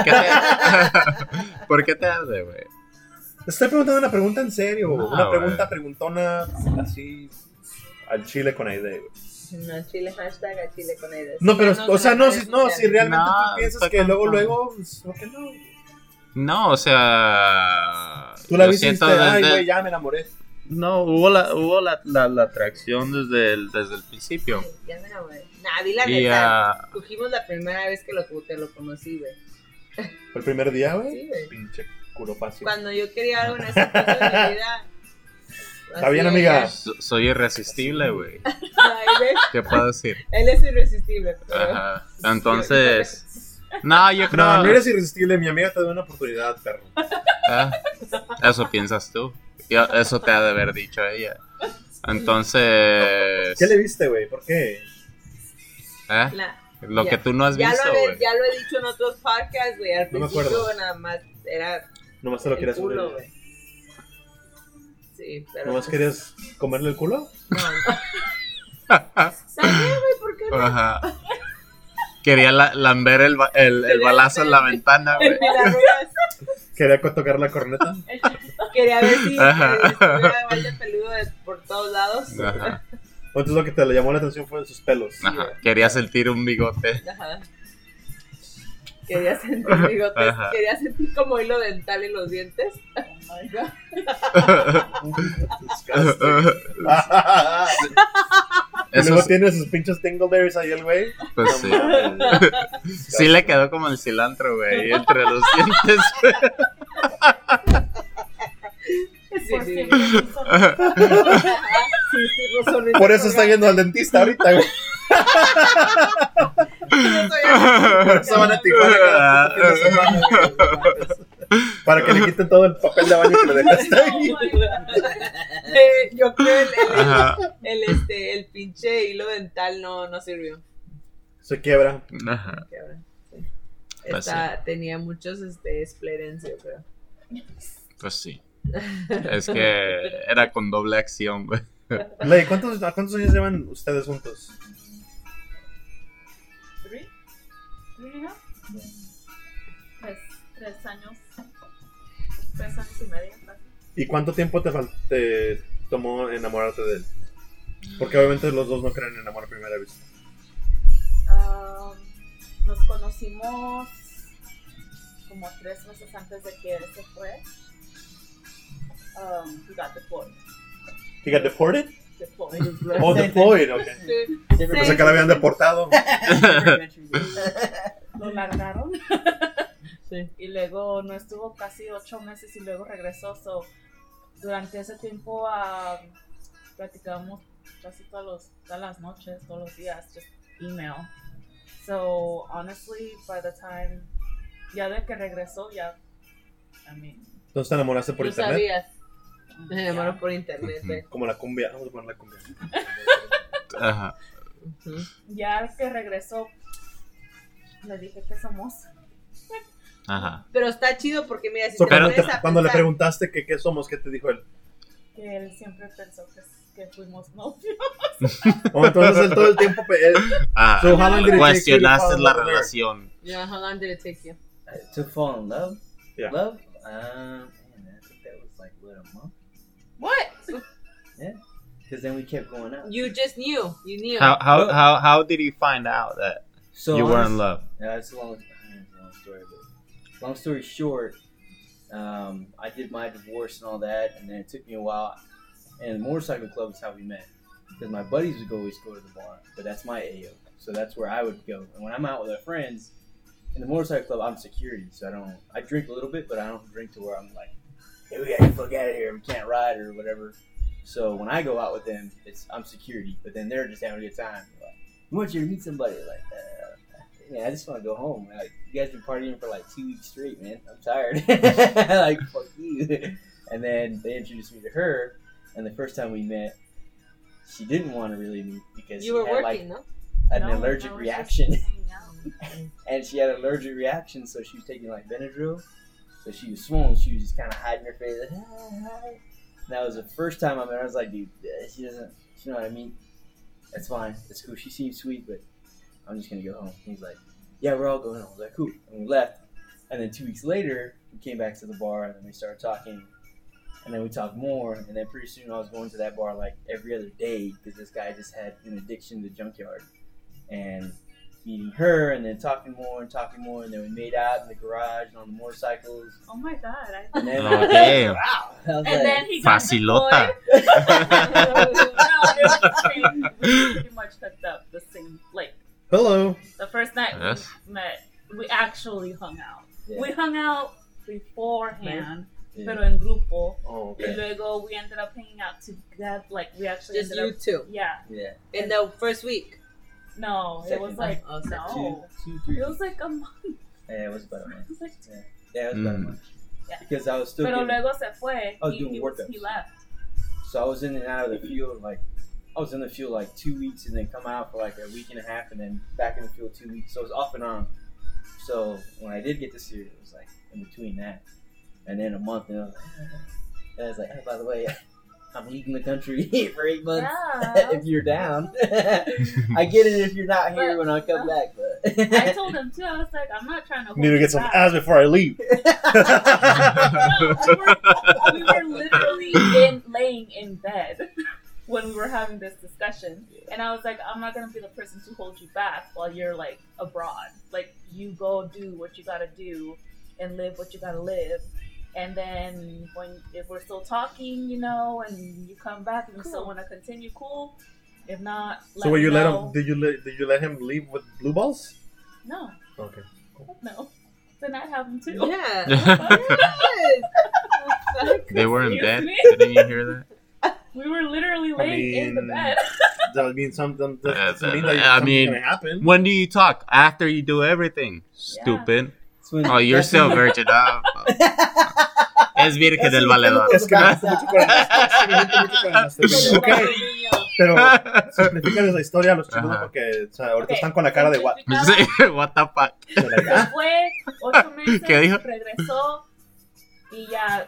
C: ¿Por qué te arde, güey?
B: Estoy preguntando una pregunta en serio,
C: No,
B: una
C: güey.
B: preguntona así al chile con Aide, güey.
A: No, chile, hashtag a chile con ellos.
B: No, pero,
A: Síganos
B: o
A: en
B: sea,
A: las
B: no,
A: redes
B: si
A: sociales.
B: realmente
C: No,
B: tú piensas
C: está
B: que
C: cansado.
B: luego, pues, ¿por qué no?
C: No, o sea.
B: Tú la
C: yo
B: viste y
C: siento
B: dijiste, ay,
C: desde-
B: güey, ya me enamoré.
C: No, hubo la atracción desde el principio.
A: Ya me enamoré. Nah, di la
C: Y
A: neta. Cogimos la primera vez que te lo conocí, güey.
B: ¿Fue el primer día, güey?
A: Sí, güey.
B: Pinche culo fácil.
A: Cuando yo quería algo en ese punto de mi vida.
B: Está bien, amiga.
C: soy irresistible, güey.
A: Ay, ¿ves?
C: ¿Qué puedo decir?
A: Él es irresistible. Pero...
C: Ajá. Entonces. No, yo creo.
B: No, no eres irresistible, mi amiga te da una oportunidad, perro.
C: Ah, eso piensas tú. Eso te ha de haber dicho ella. Entonces.
B: ¿Qué le viste, güey? ¿Por qué?
C: ¿Eh? Lo
A: Ya-
C: que tú no has visto, güey.
A: Ya lo he dicho en otros podcasts, güey. Al
B: No me
A: principio
B: acuerdo.
A: nada más era
B: Nomás te lo
A: el
B: querías
A: culo,
B: subir.
A: güey. Sí, pero...
B: ¿Nomás querías comerle el culo?
A: No, no. También, güey, ¿por qué no?
C: Ajá. Quería lamber el balazo en la ventana, güey.
A: Las ruedas.
B: ¿Quería tocar la corneta?
A: Quería ver si
C: Ajá.
A: estuviera igual de peludo por todos lados.
C: Ajá.
B: Entonces lo que te le llamó la atención fue sus pelos.
C: Ajá. Quería sentir un bigote.
A: Ajá. Quería sentir bigotes,
C: Ajá.
A: quería sentir como hilo dental en los dientes.
D: oh my God.
B: Y
C: Eso
B: luego
C: es-
B: tiene sus pinches tingleberries ahí el güey.
C: pues sí. Sí le quedó como el cilantro, güey, entre los dientes.
A: Sí,
D: Por
A: sí.
D: siempre hizo-
A: Sí, sí, Rosolito
B: Por eso está
A: colgando.
B: yendo al dentista ahorita, güey.
A: Yo soy así.
B: Por eso van a Tijuana cada puto fin de semana, güey. Para que le quiten todo el papel de baño que le dejaste ahí.
A: Yo creo
C: Ajá.
A: el pinche hilo dental no sirvió.
B: Se quiebra.
C: Ajá.
A: Sí.
C: Pues
A: Tenía muchos split yo creo.
C: Pues sí. Es que era con doble acción, güey.
B: Ley, ¿cuántos años llevan ustedes juntos?
D: 3 3 años. 3 años y medio. Casi.
B: ¿Y cuánto tiempo te tomó enamorarte de él? Porque obviamente los dos no creen en amor a primera vista.
D: Nos conocimos como 3 meses antes de que él se fue. He got deported.
B: ¿He got deported?
D: Deported.
B: Oh, deployed, ok. Pensé que lo habían deportado.
D: Lo largaron.
A: Sí.
D: Y luego no estuvo casi 8 meses y luego regresó. So, durante ese tiempo platicábamos casi todas las noches, todos los días, just email. So, honestly, by the time, ya de que regresó, ya,
B: Entonces te enamoraste por
A: Tú
B: internet.
A: sabías. Me enamoró por internet.
C: Ujú.
B: Como la cumbia. Vamos a poner la cumbia.
C: Ajá.
A: Ujú.
D: ya que regresó, le dije que somos.
C: Ajá.
A: Pero está chido porque mira, si
B: So,
A: te
B: cuando,
A: pones a
B: cuando le
A: pensar-
B: preguntaste que qué somos, ¿qué te dijo él?
D: Que él siempre pensó que fuimos novios.
B: Oh, entonces él todo el tiempo...
C: Ajá.
B: So, how long did it take you to fall
C: Cuestionaste
B: in
C: la
B: love with her?
C: relación.
A: Yeah, how long did it take you?
E: To fall in love?
B: Yeah.
E: Love? Man, I think that was like, what, a month?
A: What?
E: Because then we kept going out.
A: You just knew. You knew.
C: How did you find out that
E: So
C: you were in
E: honest-
C: love?
E: Yeah, it's a long story. But long story short, I did my divorce and all that, and then it took me a while. And the motorcycle club is how we met. Because my buddies would always go to the bar, but that's my AO. So that's where I would go. And when I'm out with our friends, in the motorcycle club, I'm security. So I drink a little bit, but I don't drink to where I'm like, hey, we gotta get the fuck out of here. We can't ride or whatever. So when I go out with them, I'm security. But then they're just having a good time. They're like, we want you to meet somebody. Like, man, I just want to go home. Like, you guys been partying for like 2 weeks straight, man. I'm tired. Like, fuck you. And then they introduced me to her. And the first time we met, she didn't want to really meet because
A: You
E: she
A: were
E: had
A: working,
E: like
A: no?
E: an
D: No,
E: allergic
D: I was just
E: reaction.
D: hanging out.
E: And she had an allergic reaction, so she was taking like Benadryl. So she was swollen. She was just kind of hiding her face. Like, hi. And that was the first time I met her. I was like, dude, she doesn't, you know what I mean? That's fine. That's cool. She seems sweet, but I'm just going to go home. He's like, yeah, we're all going home. I was like, cool. And we left. And then 2 weeks later, we came back to the bar, and then we started talking. And then we talked more. And then pretty soon I was going to that bar like every other day because this guy just had an addiction to Junkyard. And meeting her and then talking more. And then we made out in the garage and on the motorcycles.
D: Oh my god.
E: And then
C: Oh, damn.
E: wow. I was
D: And
E: like,
D: then he got
C: Facilota.
D: we pretty much hooked up the same, like,
B: Hello.
D: the first night
C: Yes.
D: we met, we actually hung out.
E: Yeah.
D: We hung out beforehand,
E: Yeah.
D: pero en grupo.
B: Oh,
D: Y
B: okay.
D: luego we ended up hanging out together, like, we actually
A: Just
D: ended
A: you
D: up,
A: two.
D: yeah.
E: Yeah.
A: In the first week.
D: No, it was
E: Second.
D: like,
A: Oh, second.
D: no.
E: Two, 3.
D: It was like a month.
E: Yeah, it was about a month.
D: It was like,
E: Yeah, it was about a
C: Mm.
E: month.
D: Yeah.
E: Because I was still
D: pero
E: getting,
D: luego se fue.
E: I was doing workouts.
D: He left.
E: so I was in and out of the field like I was in the field like 2 weeks and then come out for like a week and a half and then back in the field 2 weeks. So it was off and on. So when I did get to see her, it was like in between that. And then a month and I was like, hey, by the way, I'm leaving the country for 8 months.
D: Yeah.
E: If you're down. I get it if you're not here when I come back, but
D: I told him too. I was like, I'm not trying to.
B: Need to
D: hold
B: get
D: you
B: some
D: back.
B: ass before I leave.
D: No, we were literally laying in bed when we were having this discussion, and I was like, I'm not gonna be the person to hold you back while you're like abroad. Like, you go do what you gotta do and live what you gotta live. And then if we're still talking, you know, and you come back and you still want to continue, cool. If not,
B: So when you
D: me
B: let
D: know.
B: him, did you let him leave with blue balls?
D: No,
B: Okay.
D: no. Then I have them too.
A: Yeah.
C: They were in
D: Excuse
C: bed.
D: me?
C: Didn't you hear that?
D: We were literally laying in the
B: mean,
D: bed.
B: That means something. That doesn't mean that
C: I
B: something's
C: mean,
B: gonna happen.
C: When do you talk? After you do everything. Stupid.
E: it's
C: Oh, you're still virgin. Es virgen del valedor.
B: Es que me siento mucho con el Master Bean. Ok, pero simplifican esa historia a los chinos
C: Ajá.
B: porque o sea, ahorita
D: Ok,
B: están con la cara de what.
C: Sí, what the fuck.
D: Se fue 8 meses,
C: ¿Qué dijo?
D: regresó y ya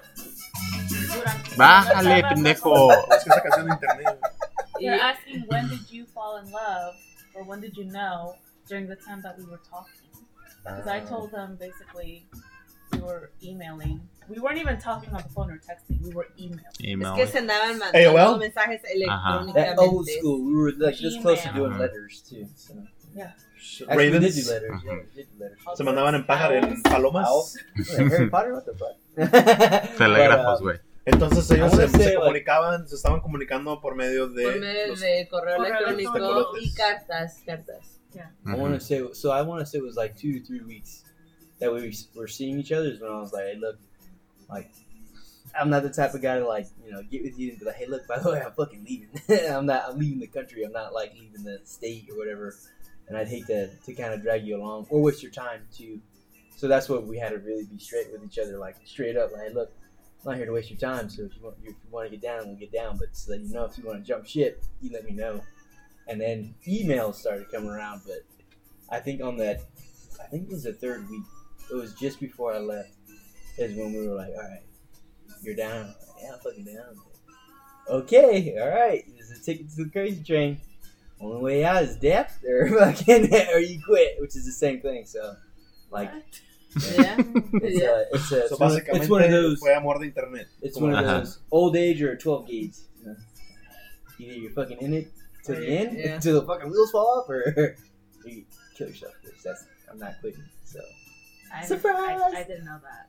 C: Bájale, pendejo.
B: Es que esa canción de internet.
D: They're asking when did you fall in love or when did you know during the time that we were talking? Because I told them basically we were emailing. We weren't even talking on the phone or texting. We were emailing.
A: Es
C: Email.
A: que se andaban mandando
B: AOL?
A: mensajes
E: That
A: electrónicamente.
E: old school. We were like this close to
D: Email.
E: doing letters too. So.
D: Yeah.
E: Actually, we did
B: Ravens.
E: do letters. Yeah, we did do letters.
B: Se mandaban en pájaro, en palomas.
E: Owls? Yeah, Harry Potter, what the fuck?
C: Telégrafos, güey.
B: Entonces ellos
E: I wanna
B: se
E: say,
B: comunicaban, se estaban comunicando por medio de
A: Por medio
B: los-
A: de correo
D: Correo
A: electrónico
B: electrónico.
A: y cartas.
E: I want to say so. I want to say it was like 2 to 3 weeks that we were seeing each other. Is when I was like, "Hey, look, like, I'm not the type of guy to like, you know, get with you and be like, hey, look, by the way, I'm fucking leaving. I'm leaving the country. I'm not like leaving the state or whatever. And I'd hate to kind of drag you along or waste your time too. So that's what we had to really be straight with each other, like straight up, like, hey, look, I'm not here to waste your time. So if you want to get down, we'll get down. But so that you know, if you want to jump ship, you let me know. And then emails started coming around, but I think it was the 3rd week. It was just before I left. Is when we were like, all right, you're down. Yeah, I'm fucking down. Okay, all right. There's a ticket to the crazy train. Only way out is death or fucking or you quit, which is the same thing. So, like,
A: Yeah.
B: So,
E: it's one of those.
B: fue amor de internet.
E: It's one of
C: Ajá.
E: those old age or 12 gauge. You know? Either you're fucking in it to the end,
A: Yeah.
E: till the fucking wheels fall off, or you kill yourself. I'm not quitting. So. Surprise!
D: I didn't know that.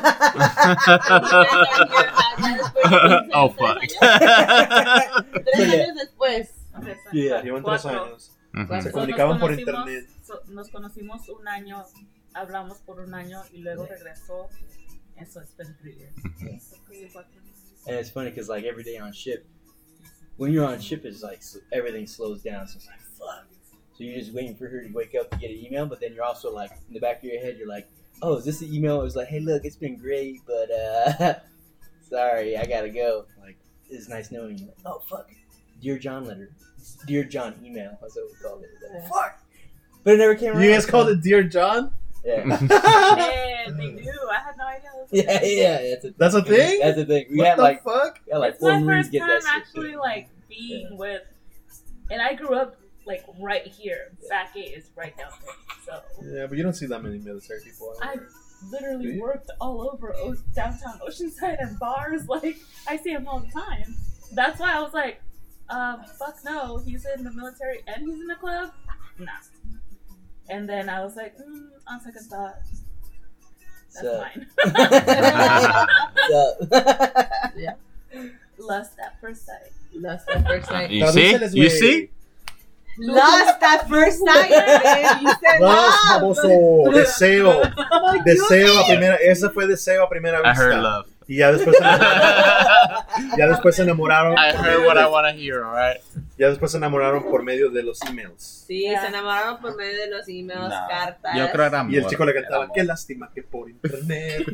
C: Oh, fuck.
A: 3 años después.
D: Okay, so
E: Yeah.
B: Llevan 3
D: 4.
B: años.
C: Ujú.
B: Se
D: So,
B: comunicaban por
D: nos conocimos-
B: internet.
D: Nos conocimos un año, hablamos por un año y luego regresó. Eso it's been 3 years. So, 3 or 4 years.
E: And it's funny because like every day on ship, when you're on ship, it's like everything slows down. So it's like fuck. So you're just waiting for her to wake up to get an email, but then you're also like in the back of your head, you're like, oh, is this the email? It was like, hey, look, it's been great, but sorry, I gotta go. Like, it's nice knowing you. Like, oh fuck, Dear John letter, Dear John email. That's what we called it. It was like, fuck, but it never came around.
B: You guys called it Dear John?
E: Yeah.
D: Yeah, they do. I had no idea.
E: Yeah.
B: That's a thing?
E: That's the thing. We
B: What
E: had
B: the
E: like,
B: fuck?
E: we had like
D: It's
E: 4
D: my
E: movies
D: first
E: get
D: time
E: that shit.
D: actually like being with, and I grew up like right here. Back gate is right down there. So
B: Yeah, but you don't see that many military people.
D: I
B: Do
D: literally
B: you?
D: worked all over downtown Oceanside and bars. Like I see him all the time. That's why I was like, fuck no, he's in the military and he's in the club. Nah. And then I was like, on second thought, that's
E: So-
D: fine.
A: Yeah.
D: Lust at first sight.
A: Lost at first sight.
C: You see? You see?
A: Lost at first sight, babe. You said
B: Love,
A: love.
B: famoso, deseo.
A: I'm like,
B: Deseo a primera, esa fue deseo a primera
C: I heard
B: vista.
C: love.
B: Y ya después se enamoraron.
C: I
B: por
C: heard
B: medio
C: what
B: de-
C: I want to hear, alright?
B: Ya después se enamoraron por medio de los emails.
A: Sí, se enamoraron por medio de los emails,
C: No.
A: cartas.
C: Yo creo que era
B: Y el
C: amor,
B: chico le
C: era
B: cantaba,
C: amor.
B: qué lástima que por internet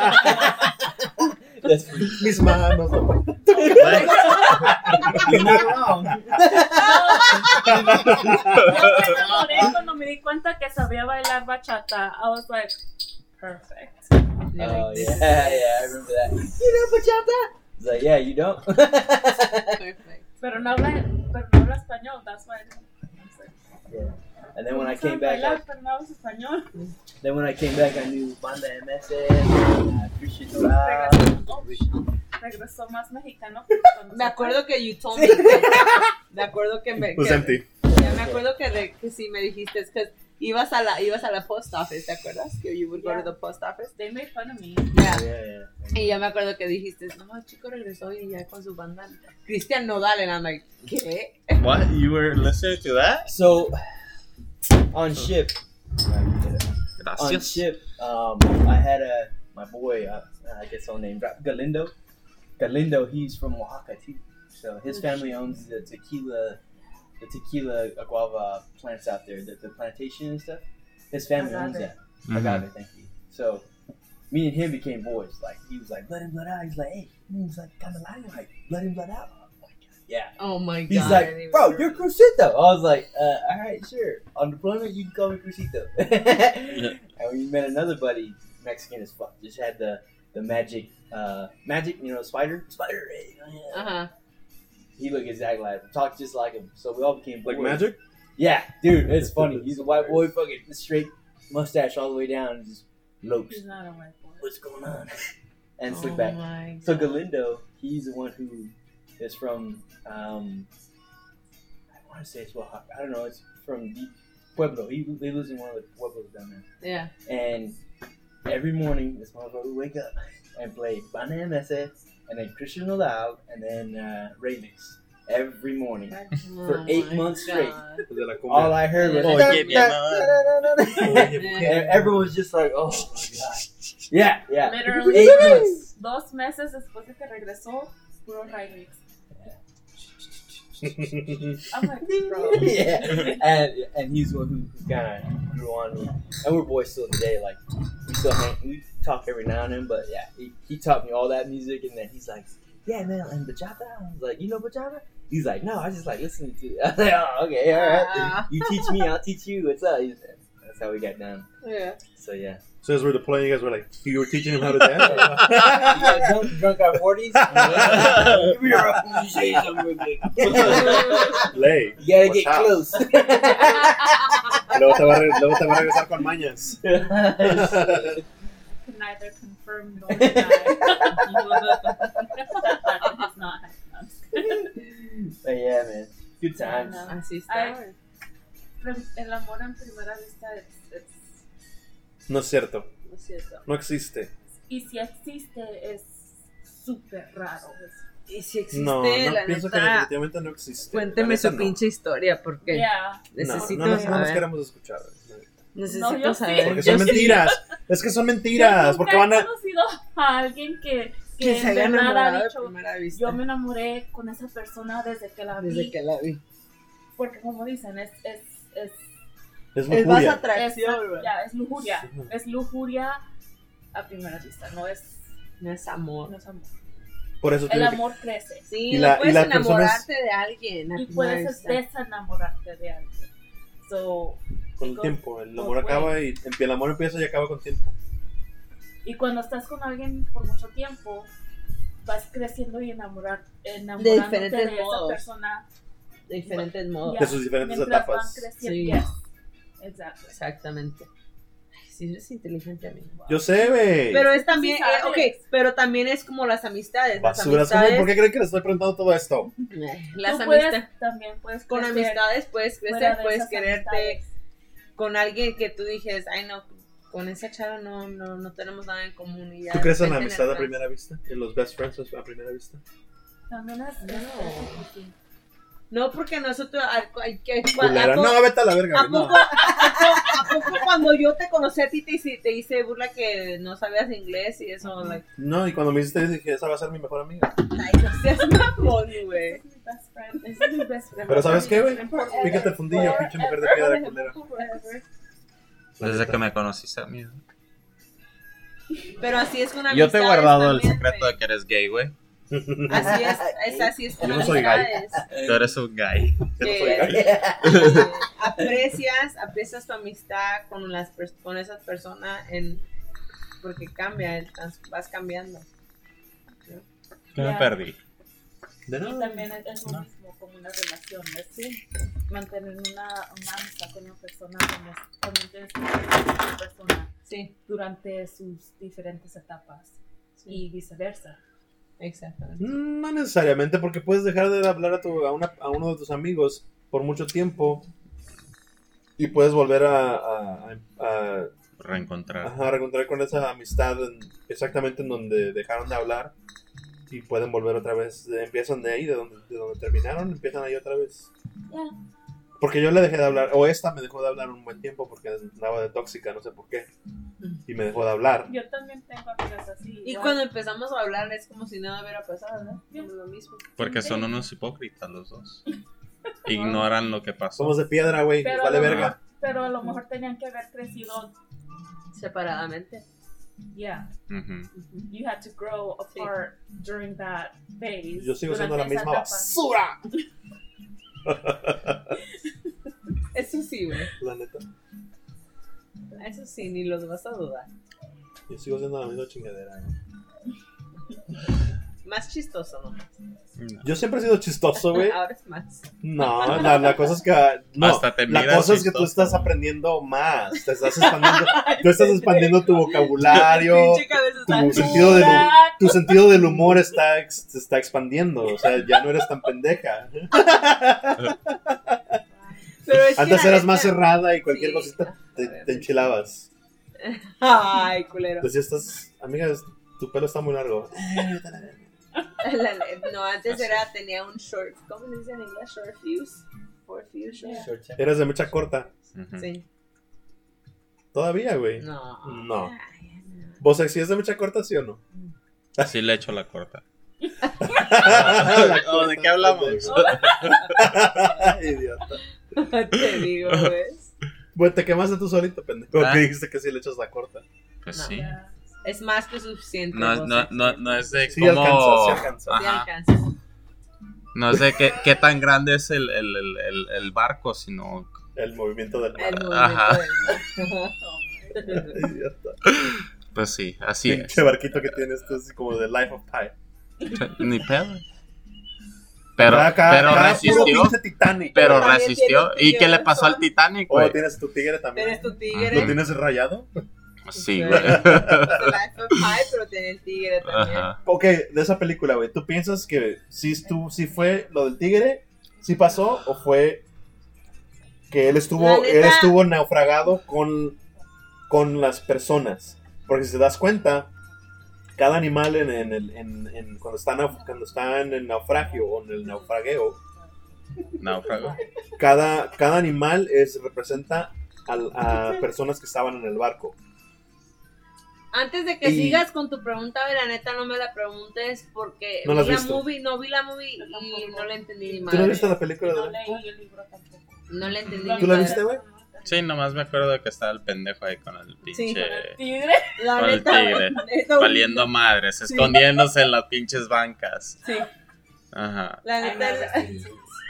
E: That's pretty
B: mis manos.
E: You're not wrong.
D: Yo me enamoré cuando me di cuenta que sabía bailar bachata. I was like, perfect.
A: You're
E: Oh
A: like, this
E: yeah,
A: is
E: yeah, I remember that. You know bachata? It's like, yeah, you don't.
A: perfect.
D: Pero no habla español. That's why I didn't. I was like,
E: Yeah. And then when I
D: "No
E: came
D: sabes
E: back,
D: bailar, pero no hablas español."
E: I knew Banda MSN, Christian Dorado.
D: Regresó más mexicano.
A: Me acuerdo que you told me. Me acuerdo que me.
B: It was
A: que-
B: empty.
A: Ya me acuerdo que sí me dijiste es que ibas a la post office, ¿te acuerdas? Que you would go to the post office.
D: They made fun of me.
A: Yeah.
E: Yeah.
A: Y ya me acuerdo que dijiste, no, el chico regresó y ya con su banda. Cristian Nodal, and I'm like, ¿qué?
C: What? You were listening to that?
E: So on ship, on
C: Gracias.
E: ship, I had my boy. I guess I'll name drop Galindo. Galindo, he's from Oaxaca too. So his family owns the tequila guava plants out there, the plantation and stuff. His family owns that.
C: Mhm.
E: Agave, thank you. So me and him became boys. Like he was like, let him let out. He's like, hey, he was like kind of lying, like let him let out. I'm like, yeah.
A: Oh my god.
E: He's like, bro, you're Crucito. I was like, all right, sure. On deployment, you can call me Crucito. And we met another buddy, Mexican as fuck. Just had the magic, you know, spider.
A: Uh-huh.
E: He looked exactly like him. Talked just like him. So we all became boys.
B: Like Magic?
E: Yeah, dude, it's funny. He's a white boy, fucking straight mustache all the way down, and just lopes.
D: He's not a white boy.
E: What's going on? And slick
A: Oh
E: back.
A: my
E: So
A: God.
E: Galindo, he's the one who is from, I want to say it's Oaxaca. I don't know. It's from Pueblo. He lives in one of the pueblos down there.
A: Yeah.
E: And every morning, this motherfucker would wake up and play Bana MS, and then Christian Nodal, and then Remix every morning. For
A: Oh
E: 8
A: my
E: months straight.
A: God.
B: De la cumbia.
E: All I heard was,
C: Oye, mi amor.
E: and everyone was just like, oh my god. Yeah, yeah.
D: Literally.
E: 8 months.
D: 2 meses después de que regresó, puro remix. I'm like, bro.
E: Yeah, and he's the one who kind of grew on me, and we're boys still today. Like we still we talk every now and then, but yeah, he taught me all that music, and then he's like, yeah, man, and bachata. I was like, you know bachata? He's like, no, I just like listening to it. I was like, oh, okay, all right. You teach me, I'll teach you. What's up? That's how we got down.
A: Yeah.
E: So yeah.
B: So as we're deploying, you guys were like, you were teaching him how to dance?
E: You got drunk our 40s? Come here, bro. Let me show you something real quick.
B: Ley.
E: You gotta
B: Watch
E: get
B: out.
E: close.
B: Luego te va a regresar con mañas.
D: Neither confirm nor deny. It's not happening.
E: But yeah, man. Good times.
D: No.
A: Así está.
D: El amor en primera vista es
B: No es cierto.
A: No es cierto.
B: No existe.
D: y si existe es súper raro.
A: Y si existe,
B: No,
A: la
B: pienso que
A: neta,
B: definitivamente no existe.
A: cuénteme
B: La neta,
A: su
B: no.
A: pinche historia, porque
D: Yeah.
A: necesito
B: no nos
A: saber.
B: queremos escuchar.
A: Necesito
D: No, yo sí.
A: saber.
B: Porque
A: Yo
B: son
A: sí.
B: mentiras. Es que son mentiras.
D: Yo
B: Porque
D: nunca
B: van
D: he
B: a.
D: conocido a alguien que
A: Que se
D: en
A: haya
D: verdad ha
A: enamorado de
D: dicho,
A: primera vista.
D: yo me enamoré con esa persona desde que la vi.
A: Desde que la vi.
D: Porque como dicen, es
B: Es
A: Es más
B: lujuria.
A: atracción, güey.
D: ya, es lujuria.
B: Sí.
D: Es lujuria a primera vista, no es
A: No es amor.
D: amor.
B: Por eso
D: El
B: tiene que-
D: amor crece
A: Sí,
B: Y
A: no
B: la- y
A: puedes
B: las personas-
A: enamorarte de alguien. a
D: y
A: primera
D: puedes
A: vista.
D: desenamorarte de alguien. So,
B: con el
D: Go-
B: tiempo. El
D: go
B: amor
D: away.
B: acaba y el amor empieza y acaba con tiempo.
D: y cuando estás con alguien por mucho tiempo, vas creciendo y enamorándote
A: diferentes
D: de esa
A: modos.
D: persona.
A: De diferentes modos.
D: Ya,
B: De sus diferentes
D: mientras
B: etapas.
D: van creciendo.
A: Sí.
D: Yes. Exacto.
A: Exactamente. Ay, sí, eres inteligente, amigo.
B: Yo sé, güey.
A: Pero es también,
D: Sí sabes.
A: ok, pero también es como las amistades.
B: Basuras.
A: Las amistades,
B: ¿Por qué creen que les estoy preguntando todo esto?
A: las
D: Tú
A: amistades.
D: también puedes
A: Con
D: crecer
A: amistades puedes
D: fuera
A: crecer,
D: de
A: puedes
D: esas
A: quererte
D: amistades.
A: con alguien que tú dijes, ay no, con esa chava no tenemos nada en común. Y ya
B: ¿Tú crees en la
A: de repente
B: amistad a
A: el-
B: primera vista? ¿En los best friends a primera vista?
D: También es difícil.
A: No, porque nosotros,
B: Culera. No, vete a la verga,
A: ¿A
B: güey. No.
A: poco cuando yo te conocí a ti te hice burla que no sabías inglés y eso? Like,
B: No, y cuando me hiciste dije, esa va a ser mi mejor amiga.
A: ay, no seas mamón, güey.
D: Es mi best friend. Es mi best friend.
B: Pero ¿sabes qué, güey?
D: Forever.
B: Fíjate el fundillo, pinche mujer de piedra culera.
D: Forever.
C: Desde que me conociste a mí.
A: Pero así es una
C: Yo te he
A: amistades
C: guardado el
A: también,
C: secreto
A: güey.
C: de que eres gay, güey.
A: Así es con
B: Yo no soy gay.
A: amistades.
C: Tú eres un gay.
A: Que aprecias tu amistad con esas personas porque cambia, vas cambiando.
C: Yo me
D: Ya.
C: perdí.
B: De
D: Y
B: nada.
D: también es lo mismo como una relación, ¿sí? Mantener una amistad con una persona también tienes que estar con esa persona
A: Sí,
D: durante sus diferentes etapas y viceversa.
A: exactamente.
B: No necesariamente, porque puedes dejar de hablar a uno de tus amigos por mucho tiempo y puedes volver a
C: Reencontrar.
B: reencontrar con esa amistad exactamente en donde dejaron de hablar y pueden volver otra vez. Empiezan de ahí, de donde terminaron, empiezan ahí otra vez.
D: Ya.
B: Porque yo le dejé de hablar, o esta me dejó de hablar un buen tiempo porque andaba de tóxica, no sé por qué, y me dejó de hablar.
D: Yo también tengo amigas así.
A: Y
D: igual.
A: cuando empezamos a hablar es como si nada hubiera pasado, ¿no? Como lo mismo.
C: Porque son unos hipócritas los dos. Ignoran lo que pasó.
B: Somos de piedra, güey, nos
D: Pero,
B: vale
D: a lo
B: verga.
D: mejor, pero a lo mejor tenían que haber crecido
A: Separadamente.
D: Yeah,
C: Ujú.
D: you had to grow apart during that phase.
B: Yo sigo siendo la
D: durante esa
B: misma
D: etapa.
B: basura.
A: Eso sí, güey.
B: La neta.
A: Eso sí, ni los vas a dudar.
B: Yo sigo siendo la misma chingadera, ¿no?
A: Más chistoso nomás.
C: No.
B: Yo siempre he sido chistoso, güey.
A: Ahora es más.
B: No, la cosa es que no,
C: Hasta te
B: la
C: miras
B: cosa es que tú
C: chistoso.
B: estás aprendiendo más, te estás expandiendo, tú estás expandiendo tu vocabulario,
A: Pinche cabeza está
B: tu sentido del humor se está expandiendo, o sea, ya no eres tan pendeja.
A: Pero es que
B: Antes
A: la
B: eras
A: neta-
B: más cerrada y cualquier
A: Sí.
B: cosita te enchilabas.
A: Ay, culero.
B: Pues ya estás, amiga, tu pelo está muy largo.
A: No, antes tenía un short, ¿cómo se dice en inglés? Short fuse. Short fuse, short.
E: Short temper.
B: Eres de mecha corta.
C: Ujú.
A: Sí.
B: Todavía, güey.
A: No.
B: No.
A: Ay, no.
B: ¿Vos si es de mecha corta, sí o no?
C: Sí le echo la corta.
B: La
C: ¿O de qué hablamos?
B: Idiota.
A: Te digo, ¿ves?
B: Bueno, te quemaste tú solito, pendejo.
C: Ah.
B: Que dijiste que sí le echas la corta.
C: Pues
A: No.
C: sí.
D: Yeah.
A: Es más que suficiente.
C: No,
A: vos,
C: no es de
B: Sí
C: cómo...
B: alcanza, sí alcanza.
A: Sí
C: Ajá.
A: alcanzas.
C: No es de qué tan grande es el barco, sino...
B: El movimiento del mar.
A: El movimiento
C: Ajá.
A: del
B: Idiota.
C: Pues sí, así es.
B: Pinche barquito que tienes tú, así como de Life of Pi.
C: Ni pedo. Pero
B: Puro
C: resistió.
B: pinche Titanic.
C: Pero
A: También
C: resistió.
A: tiene
C: ¿Y qué le
A: tigre
C: pasó al
A: razón.
C: Titanic,
B: O
C: güey?
B: tienes tu tigre también.
A: Tienes tu tigre.
B: ¿Lo tienes rayado?
C: Sí,
A: Sí.
C: güey.
A: Life of Pi, pero tiene el tigre también.
C: Ajá.
B: Ok, de esa película, güey. ¿Tú piensas que sí fue lo del tigre? ¿Sí pasó? ¿O fue que él
A: La
B: estuvo
A: neta-
B: naufragado con las personas? Porque si te das cuenta, cada animal cuando está en el naufragio o en el naufragueo,
C: Náufrago.
B: cada animal representa a personas que estaban en el barco.
A: Antes de que
B: Y-
A: sigas con tu pregunta, güey, la neta no me la preguntes porque
B: ¿No la has
A: vi la
B: visto?
A: movie, no vi la movie
D: Yo
A: y
D: tampoco.
A: no la entendí ni
B: ¿Tú no
A: madre.
B: viste la película?
D: No
B: de
D: leí el libro tampoco.
A: No la entendí
B: ¿Tú
A: ni
B: la
A: madre.
B: viste, güey?
C: Sí, nomás me acuerdo de que estaba el pendejo ahí con el pinche...
A: Sí,
D: ¿Tigre?
A: La
C: Con el
A: neta,
C: tigre.
A: neta,
C: Valiendo madres, escondiéndose en las pinches bancas.
A: Sí,
C: Ajá.
A: la
D: I
A: neta.
D: never seen it.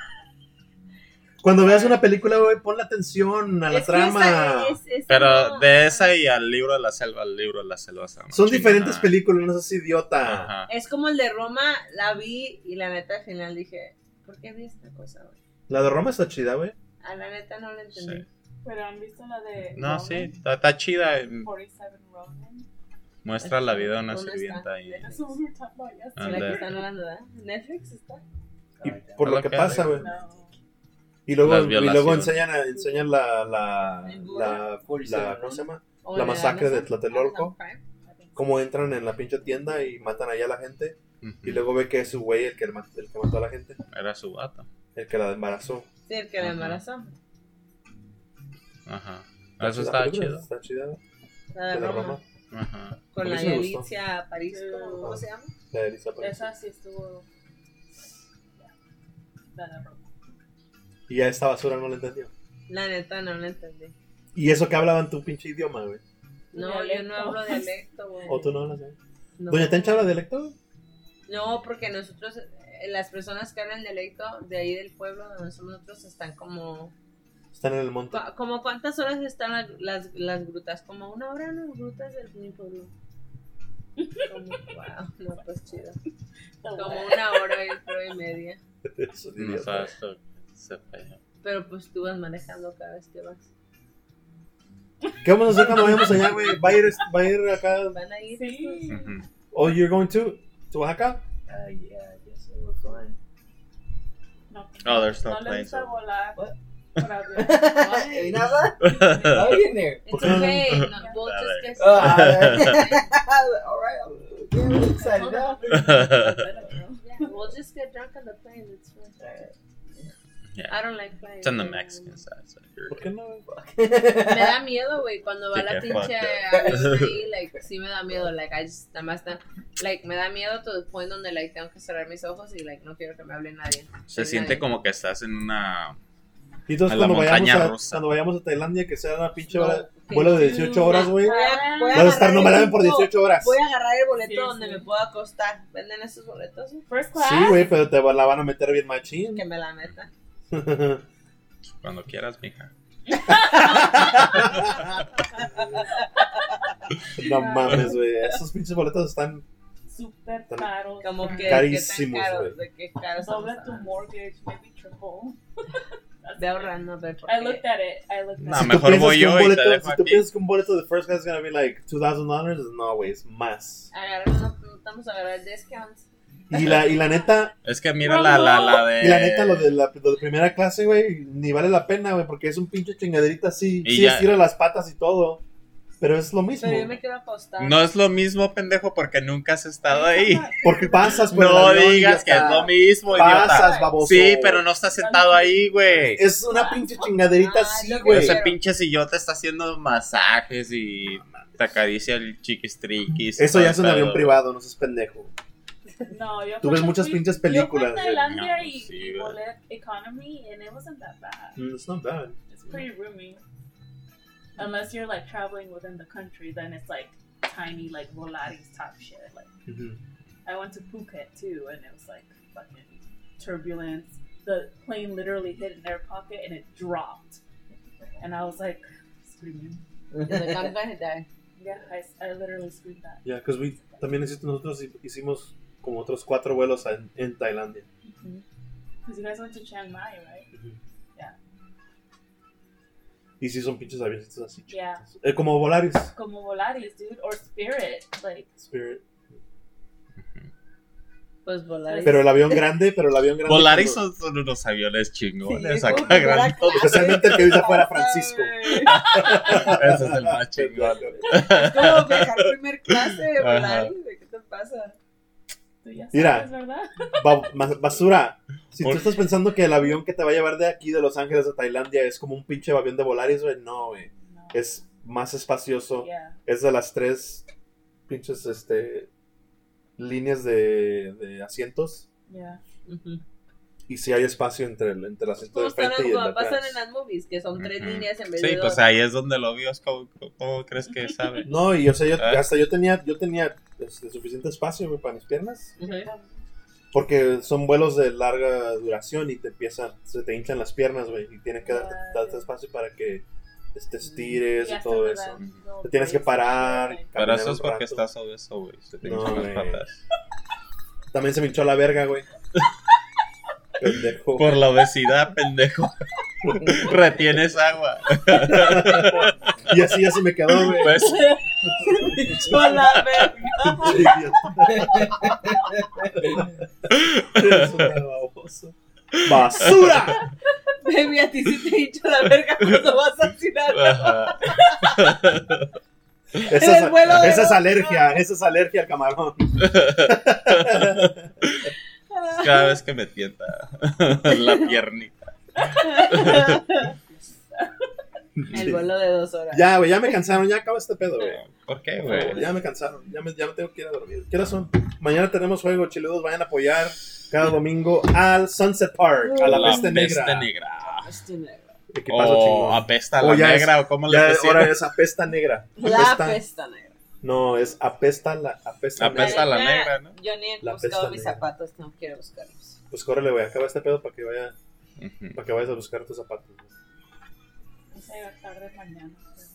B: Cuando veas una película, güey, ponle atención a la
A: Es que
B: trama.
A: esa
C: Pero
A: no-
C: de esa y al libro de la selva, está más
B: Son
C: chingona.
B: diferentes películas, no seas idiota.
C: Ajá.
A: Es como el de Roma, la vi y la neta al final dije, ¿por qué vi esta cosa, güey?
B: La de Roma está chida, güey.
A: A la neta no la entendí.
C: Sí.
D: Pero han visto la de.
C: No,
D: Ronan?
C: sí, está chida.
D: 47 Ronin.
C: Muestra la vida de una
A: ¿Dónde
C: sirvienta ahí.
D: That's what we were talking about yesterday.
A: La que
C: Ande.
A: están hablando, ¿verdad? Netflix está.
B: Y por lo que pasa, güey.
D: No.
B: Y luego,
C: Las violaciones.
B: enseñan la ¿cómo se llama?
A: O
B: La
A: en
B: masacre de
A: Amazon.
B: Tlatelolco.
A: Amazon Prime.
B: Cómo entran en la pinche tienda y matan allá a la gente.
C: Ujú.
B: Y luego ve que es su güey el que mató a la gente.
C: Era su vato.
B: El que la embarazó.
A: Sí, el que la
C: Ajá.
A: embarazó.
C: Ajá.
B: ¿La
C: Eso está
B: película?
C: chido.
B: Está chida.
A: La de
B: De la
A: Roma.
B: Roma.
C: Ajá.
A: Con
B: A mí
A: la
B: sí me gustó.
A: Alicia París, ¿cómo se llama?
B: La de Elisa París.
D: Esa sí estuvo. La de Roma.
B: Y a esta basura no la entendió.
A: La neta no la entendí.
B: Y eso que hablaban tu pinche idioma, güey.
A: No, yo no
D: Dialecto.
A: hablo dialecto, güey.
B: ¿O tú no hablas, güey?
A: No.
B: ¿Doña Tencha habla dialecto, güey?
A: No, porque nosotros, las personas que hablan dialecto de ahí del pueblo donde somos nosotros están como...
B: Están en el monte.
A: ¿Como cuántas horas están las grutas? Como 1 hora en las grutas del mi pueblo. Como, wow, no, pues chido. Como 1 hora y media.
B: Eso,
C: No
B: idiota.
C: sabes esto. Se fue.
A: Pero pues tú vas manejando cada vez que vas.
B: ¿Qué vamos a hacer cuando vayamos allá, güey? ¿Va a ir acá?
A: Van a ir.
D: Sí.
C: Ujú.
B: Oh, you're going to Oaxaca?
E: Yeah, I guess so. We're flying.
D: No,
C: Oh, there's no
D: no le
C: planes.
D: gusta volar
E: What?
D: por avión.
E: Ain't that right? Oh, you in there.
A: It's okay. No, we'll
C: A
A: just
C: ver.
A: get...
E: All right. I'm getting excited now.
A: Yeah, we'll just get drunk on the plane. It's fine.
C: Yeah.
A: I don't like planes.
C: It's on the Mexican side, so you're
B: ¿Por qué no?
A: Me da miedo, güey, cuando va
C: Sí,
A: la
C: que
A: pinche
C: fuck
A: avión ahí, like, sí me da miedo, like, I just, nada más está, like, me da miedo to the point donde, like, tengo que cerrar mis ojos y, like, no quiero que me hable nadie.
C: Se siente como que estás en una
B: Y entonces
C: A la montaña rusa.
B: cuando vayamos a Tailandia, que sea una pinche
A: No,
B: vuelo de 18 horas, güey.
A: Voy a
B: Vas a estar
A: agarrar
B: nomás
A: el
B: por
A: boleto.
B: 18 horas.
A: Voy a agarrar el boleto
D: Sí,
A: donde
D: sí.
A: me pueda acostar. ¿Venden esos boletos?
D: First class.
B: Sí, güey, pero te la van a meter bien machín.
A: Que me la metan.
C: Cuando quieras, mija.
B: No mames, güey. Esos pinches boletos están
D: Super caro.
A: Como que
B: Carísimos,
A: qué tan
B: güey.
A: caros, de qué caros son.
D: Doble tu mortgage, maybe triple.
A: Ve ahorrando, ve porque...
D: I looked at it.
C: No,
B: Si tú
C: mejor
B: piensas
C: voy
B: que un
C: yo y te
B: boleto-
C: dejo
B: Si tú
C: aquí.
B: piensas que un boleto de first class is gonna be like $2,000, no, güey, es más.
A: no estamos a agarrar discounts.
B: Y la neta,
C: Es que mira la de...
B: y la neta, lo de primera clase, güey, ni vale la pena, güey, porque es un pinche chingaderita así.
C: Y
B: Sí,
C: ya-
B: estira las patas y todo, pero es lo mismo.
A: Pero yo me quiero acostar.
C: No es lo mismo, pendejo, porque nunca has estado ahí.
B: Porque pasas por el
C: No
B: avión,
C: digas que es
B: idiota.
C: lo mismo,
B: Pasas,
C: idiota.
B: baboso.
C: Sí, pero no estás sentado ahí, güey.
B: Es una pinche chingaderita
A: Ah,
B: así,
A: yo que
B: güey.
C: Ese
A: quiero.
C: pinche sillón te está haciendo masajes y te acaricia el chiquistriquis.
B: Eso ya es un
C: Todo el
B: avión
C: pedo.
B: privado, no seas pendejo.
D: No, yo
B: Tú ves
D: cuando
B: muchas
D: fui-
B: pinches
D: Yo fui
B: películas.
D: a Tailandia
C: No,
D: y
C: sí,
D: y
C: güey.
D: volé economy and it wasn't that bad.
B: It's not bad.
D: It's pretty roomy. Unless you're like traveling within the country, then it's like tiny, like Volaris type shit. Like
B: Mhm.
D: I went to Phuket too, and it was like fucking turbulence. The plane literally hit an air pocket and it dropped, and I was like screaming.
A: Desde Cancún y de-
D: Yeah, I literally screamed that.
B: Yeah, because también nosotros hicimos como otros 4 vuelos en Tailandia.
D: Because you guys went to Chiang Mai, right? Yeah.
B: Y sí son pinches avioncitos así.
D: Yeah.
B: chiquitos. Como Volaris.
D: Como Volaris, dude, or Spirit, like.
B: Spirit.
A: Pues volar.
B: Pero el avión grande,
C: Volaris
B: cuando-
C: son unos aviones chingones.
A: Sí,
C: acá
A: como primera
C: grandes.
A: clase.
B: Especialmente el que dice fuera Francisco.
C: Ese es el más chingón.
A: Es como viajar primer clase de
C: Ajá.
A: volar. ¿Qué te pasa?
D: Tú ya
B: Mira.
D: sabes, ¿verdad?
B: Basura. Si tú
C: Por-
B: estás pensando que el avión que te va a llevar de aquí, de Los Ángeles a Tailandia, es como un pinche avión de Volaris, güey, no, güey.
D: No.
B: Es más espacioso.
D: Yeah.
B: Es de las 3 pinches líneas de asientos.
D: Yeah.
B: Y si hay espacio entre el asiento
A: Como
B: de frente y el de
A: como pasan
B: atrás.
A: en las movies, que son 3
C: Ujú.
A: líneas en vez
C: Sí,
A: de
C: pues
A: 2.
C: ahí es donde lo vio. ¿Cómo crees que sabe?
B: No, y o sea,
C: Ah.
B: hasta yo tenía suficiente espacio, güey, para mis piernas.
A: Ujú.
B: Porque son vuelos de larga duración y se te hinchan las piernas, güey. Y tiene que darte espacio para que te estires
D: Ya
B: y todo
D: se
B: eso.
D: dan little
B: Te tienes que
D: breaks
B: parar.
D: and shit, like-
C: Pero
B: caminar
C: eso es
B: un
C: porque
B: rato.
C: estás obeso, güey. Se te
B: No,
C: hinchan las
B: güey.
C: patas.
B: También se me hinchó la verga, güey. Pendejo.
C: Por la obesidad, pendejo. Retienes agua.
B: Y así ya se me quedó, güey.
C: Pues,
A: Yo la verga.
B: Eres un baboso. ¡Basura!
A: Baby, a ti sí te hincho la verga cuando vas a tirar.
C: ajá.
B: Esa
A: El vuelo de
B: es
A: los-
B: alergia, esa es alergia al camarón.
C: Cada vez que me tienta la piernita.
A: El vuelo de 2 horas.
B: Ya, güey, ya me cansaron, ya acaba este pedo, güey.
C: ¿Por qué, güey?
B: Ya me cansaron, ya me tengo que ir a dormir. ¿Qué horas son? Mañana tenemos juego, chiludos, vayan a apoyar cada domingo al Sunset Park, a la peste negra.
A: Este negro.
B: Equipazo
C: O
B: chingón.
C: apesta a
B: O
C: la
B: ya es-
C: negra, o cómo le
B: Ya
C: decían.
B: ahora es apesta negra.
A: La pesta negra.
B: No, es apesta
C: Apesta
B: negra.
C: la negra, ¿no?
A: Yo ni he
B: La
A: buscado
B: pesta
A: mis
B: negra.
A: zapatos, no quiero buscarlos.
B: Pues córrele, güey, acaba este pedo para que
C: Ujú.
B: vayas a buscar tus zapatos.
D: Vamos a llegar tarde mañana.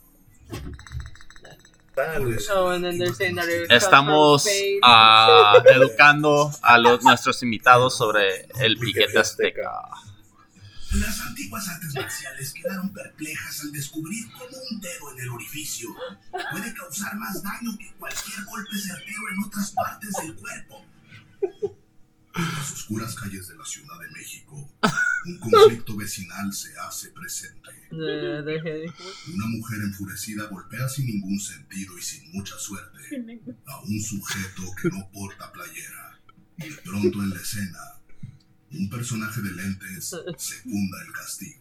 B: Dale.
A: So, and then they're saying that it
C: Estamos
A: comes from Spain.
C: educando a nuestros invitados sobre el piquete azteca.
F: Las antiguas artes marciales quedaron perplejas al descubrir cómo un dedo en el orificio puede causar más daño que cualquier golpe certero en otras partes del cuerpo. En las oscuras calles de la Ciudad de México, un conflicto vecinal se hace presente. Una mujer enfurecida golpea sin ningún sentido y sin mucha suerte a un sujeto que no porta playera. Y de pronto en la escena, un personaje de lentes secunda el castigo.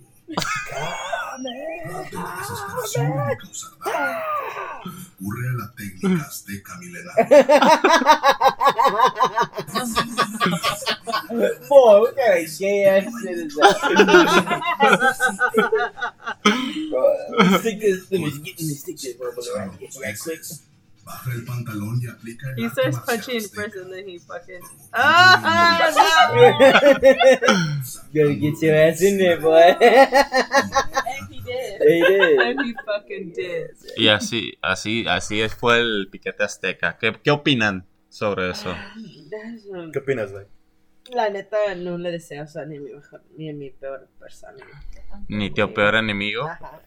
F: Ante la desesperación de causar daño, recurre a la técnica azteca milenaria.
E: Boy, what kind of gay ass shit is that? Stick this. Let me stick this right quick.
F: Baja el pantalón y aplica el
A: He
F: arco
A: starts
F: marcial
A: punching
F: secreto.
A: first and then he fucking.
E: Gotta get your ass in there, boy.
D: And he did.
E: He did.
A: And he fucking did.
C: Y así fue el piquete azteca. ¿Qué opinan sobre eso?
B: ¿Qué opinas, güey?
A: La neta, no le deseo, o sea, ni a mi peor persona.
C: Ni tu peor enemigo.
A: Ajá.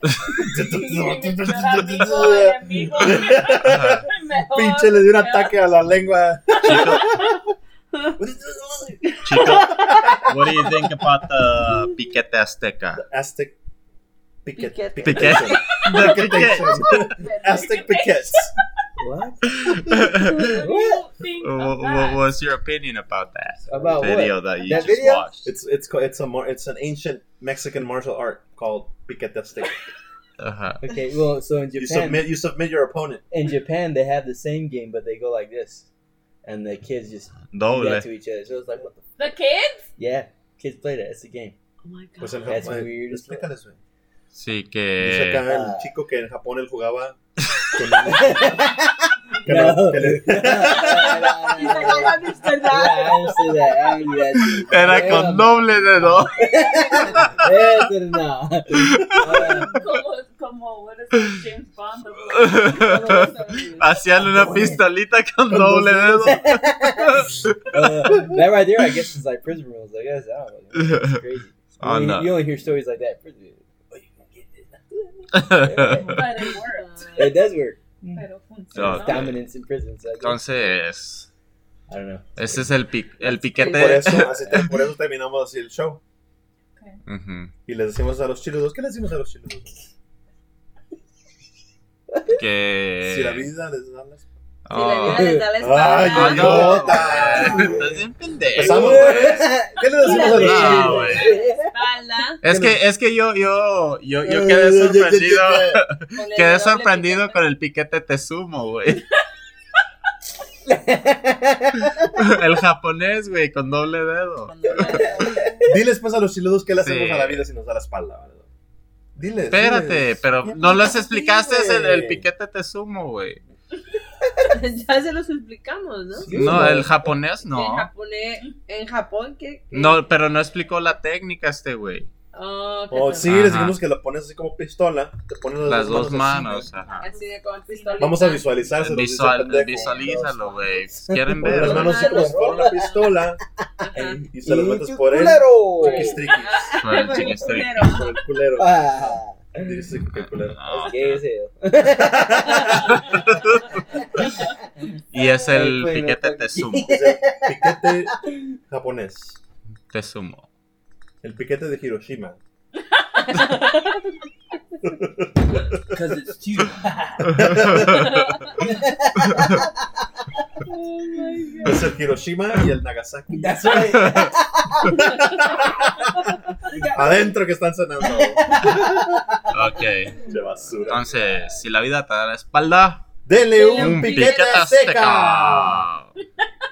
B: Pinche, le dio un ataque a la lengua.
C: Chico, what do you think about the piquete azteca?
B: Aztec piquet.
A: Piquete.
B: Aztec piquets.
E: What?
C: What was your opinion about that
E: About
C: video
E: what?
C: that you
E: That
C: just
E: video?
C: watched?
B: It's an ancient Mexican martial art called piquete azteca.
E: Okay, well, so in Japan,
B: You submit your opponent.
E: in Japan they have the same game, but they go like this, and the kids just do
C: Doble.
E: that to each other. So it's like, what the?
D: The kids?
E: Yeah, kids play that. It's a game.
A: Oh my god.
B: Pues en
E: That's
B: Japón,
E: weird as fuck.
B: explícales, güey.
C: Sí,
B: Dice
C: que...
B: acá el chico que en Japón él jugaba con que
E: No.
B: le-
A: He's like, I understood
E: Yeah,
A: that.
E: I understand that. I don't do that shit.
C: Era
E: Hell
C: con
E: no.
C: doble dedo.
E: Hell no.
D: Como, what is it, James Bond?
C: Hacían una pistolita con doble dedo.
E: That right there, I guess, is like prison rules. I guess I don't know. It's crazy.
C: Oh, no.
E: You only hear stories like that. Prison. Oh, you gonna get this.
D: But it worked.
E: It does work.
D: Pero
C: So,
D: funcionó.
E: Dominance in prison. So I guess.
C: Entonces,
E: I don't know.
C: ese es el
B: Por
C: piquete.
B: eso terminamos así el show.
C: Ujú.
B: Y les decimos a los chiludos, ¿qué les decimos a los chiludos?
C: Que...
B: Si la vida les da las...
A: Si la vida les da la
B: ¡Ay,
A: espalda.
C: no.
B: idiota!
C: Estás bien pendejo.
B: Empezamos, güey. ¿Qué le decimos a los
C: No,
B: chiludos?
C: güey.
A: Espalda.
C: Es que yo quedé sorprendido.
A: Con el
C: Quedé
A: doble
C: sorprendido
A: piquete.
C: con el piquete Tesumo, güey. El japonés, güey, con doble dedo.
B: Diles pues a los chiludos qué le hacemos
C: Sí.
B: a la vida si nos da la espalda, ¿verdad? Diles.
C: Espérate,
B: diles.
C: pero
B: ¿Qué
C: no les
B: pasa,
C: explicaste
B: güey?
C: el piquete Tesumo, güey.
A: Ya se los explicamos, ¿no?
E: Sí,
C: No,
E: güey.
C: el japonés
A: En
C: no.
A: japonés, en Japón, ¿qué?
C: No, pero no explicó la técnica este güey.
A: Oh, ¿qué
B: Oh,
A: tal?
B: sí,
C: Ajá.
B: les dijimos que lo pones así como pistola. Te pones
C: Las dos
B: así,
C: manos,
B: güey.
C: ajá.
A: Así de con pistolita.
B: Vamos a visualizarse.
C: Visualízalo, güey. ¿Quieren
B: Pones las
C: ver?
B: manos así como si fuera una pistola
A: Ajá.
B: y se las metes
E: tu
B: por él.
E: culero.
B: Chiquistriquis.
C: Con el chiquistriqui.
B: Por el culero.
E: Ah,
B: Dice que el culero.
C: No.
E: es gay as hell.
C: Y es el
E: Ay, bueno,
C: piquete
E: fuck.
C: Tesumo.
B: Es el piquete japonés.
C: Tesumo.
B: El piquete de Hiroshima.
E: Because it's two.
B: Es el Hiroshima y el Nagasaki.
E: That's right.
B: Adentro que están cenando.
C: Ok.
B: De basura.
C: Entonces, si la vida te da la espalda,
B: Dele un
C: un
B: piquete
C: piquete
B: azteca.
C: azteca.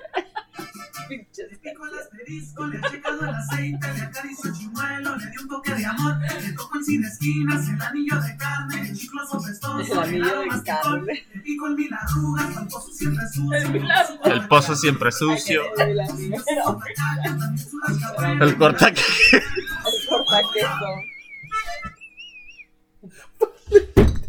F: Pico el asterisco, le he checado el aceite, le acaricio el chimuelo, le di un toque de amor, le toco el sin esquinas, el anillo de carne, el chicloso festoso,
A: El anillo de
F: masticón,
A: carne.
F: le pico el mil arrugas, el pozo siempre sucio,
C: El pozo siempre sucio. El corta
A: El cortaqueso.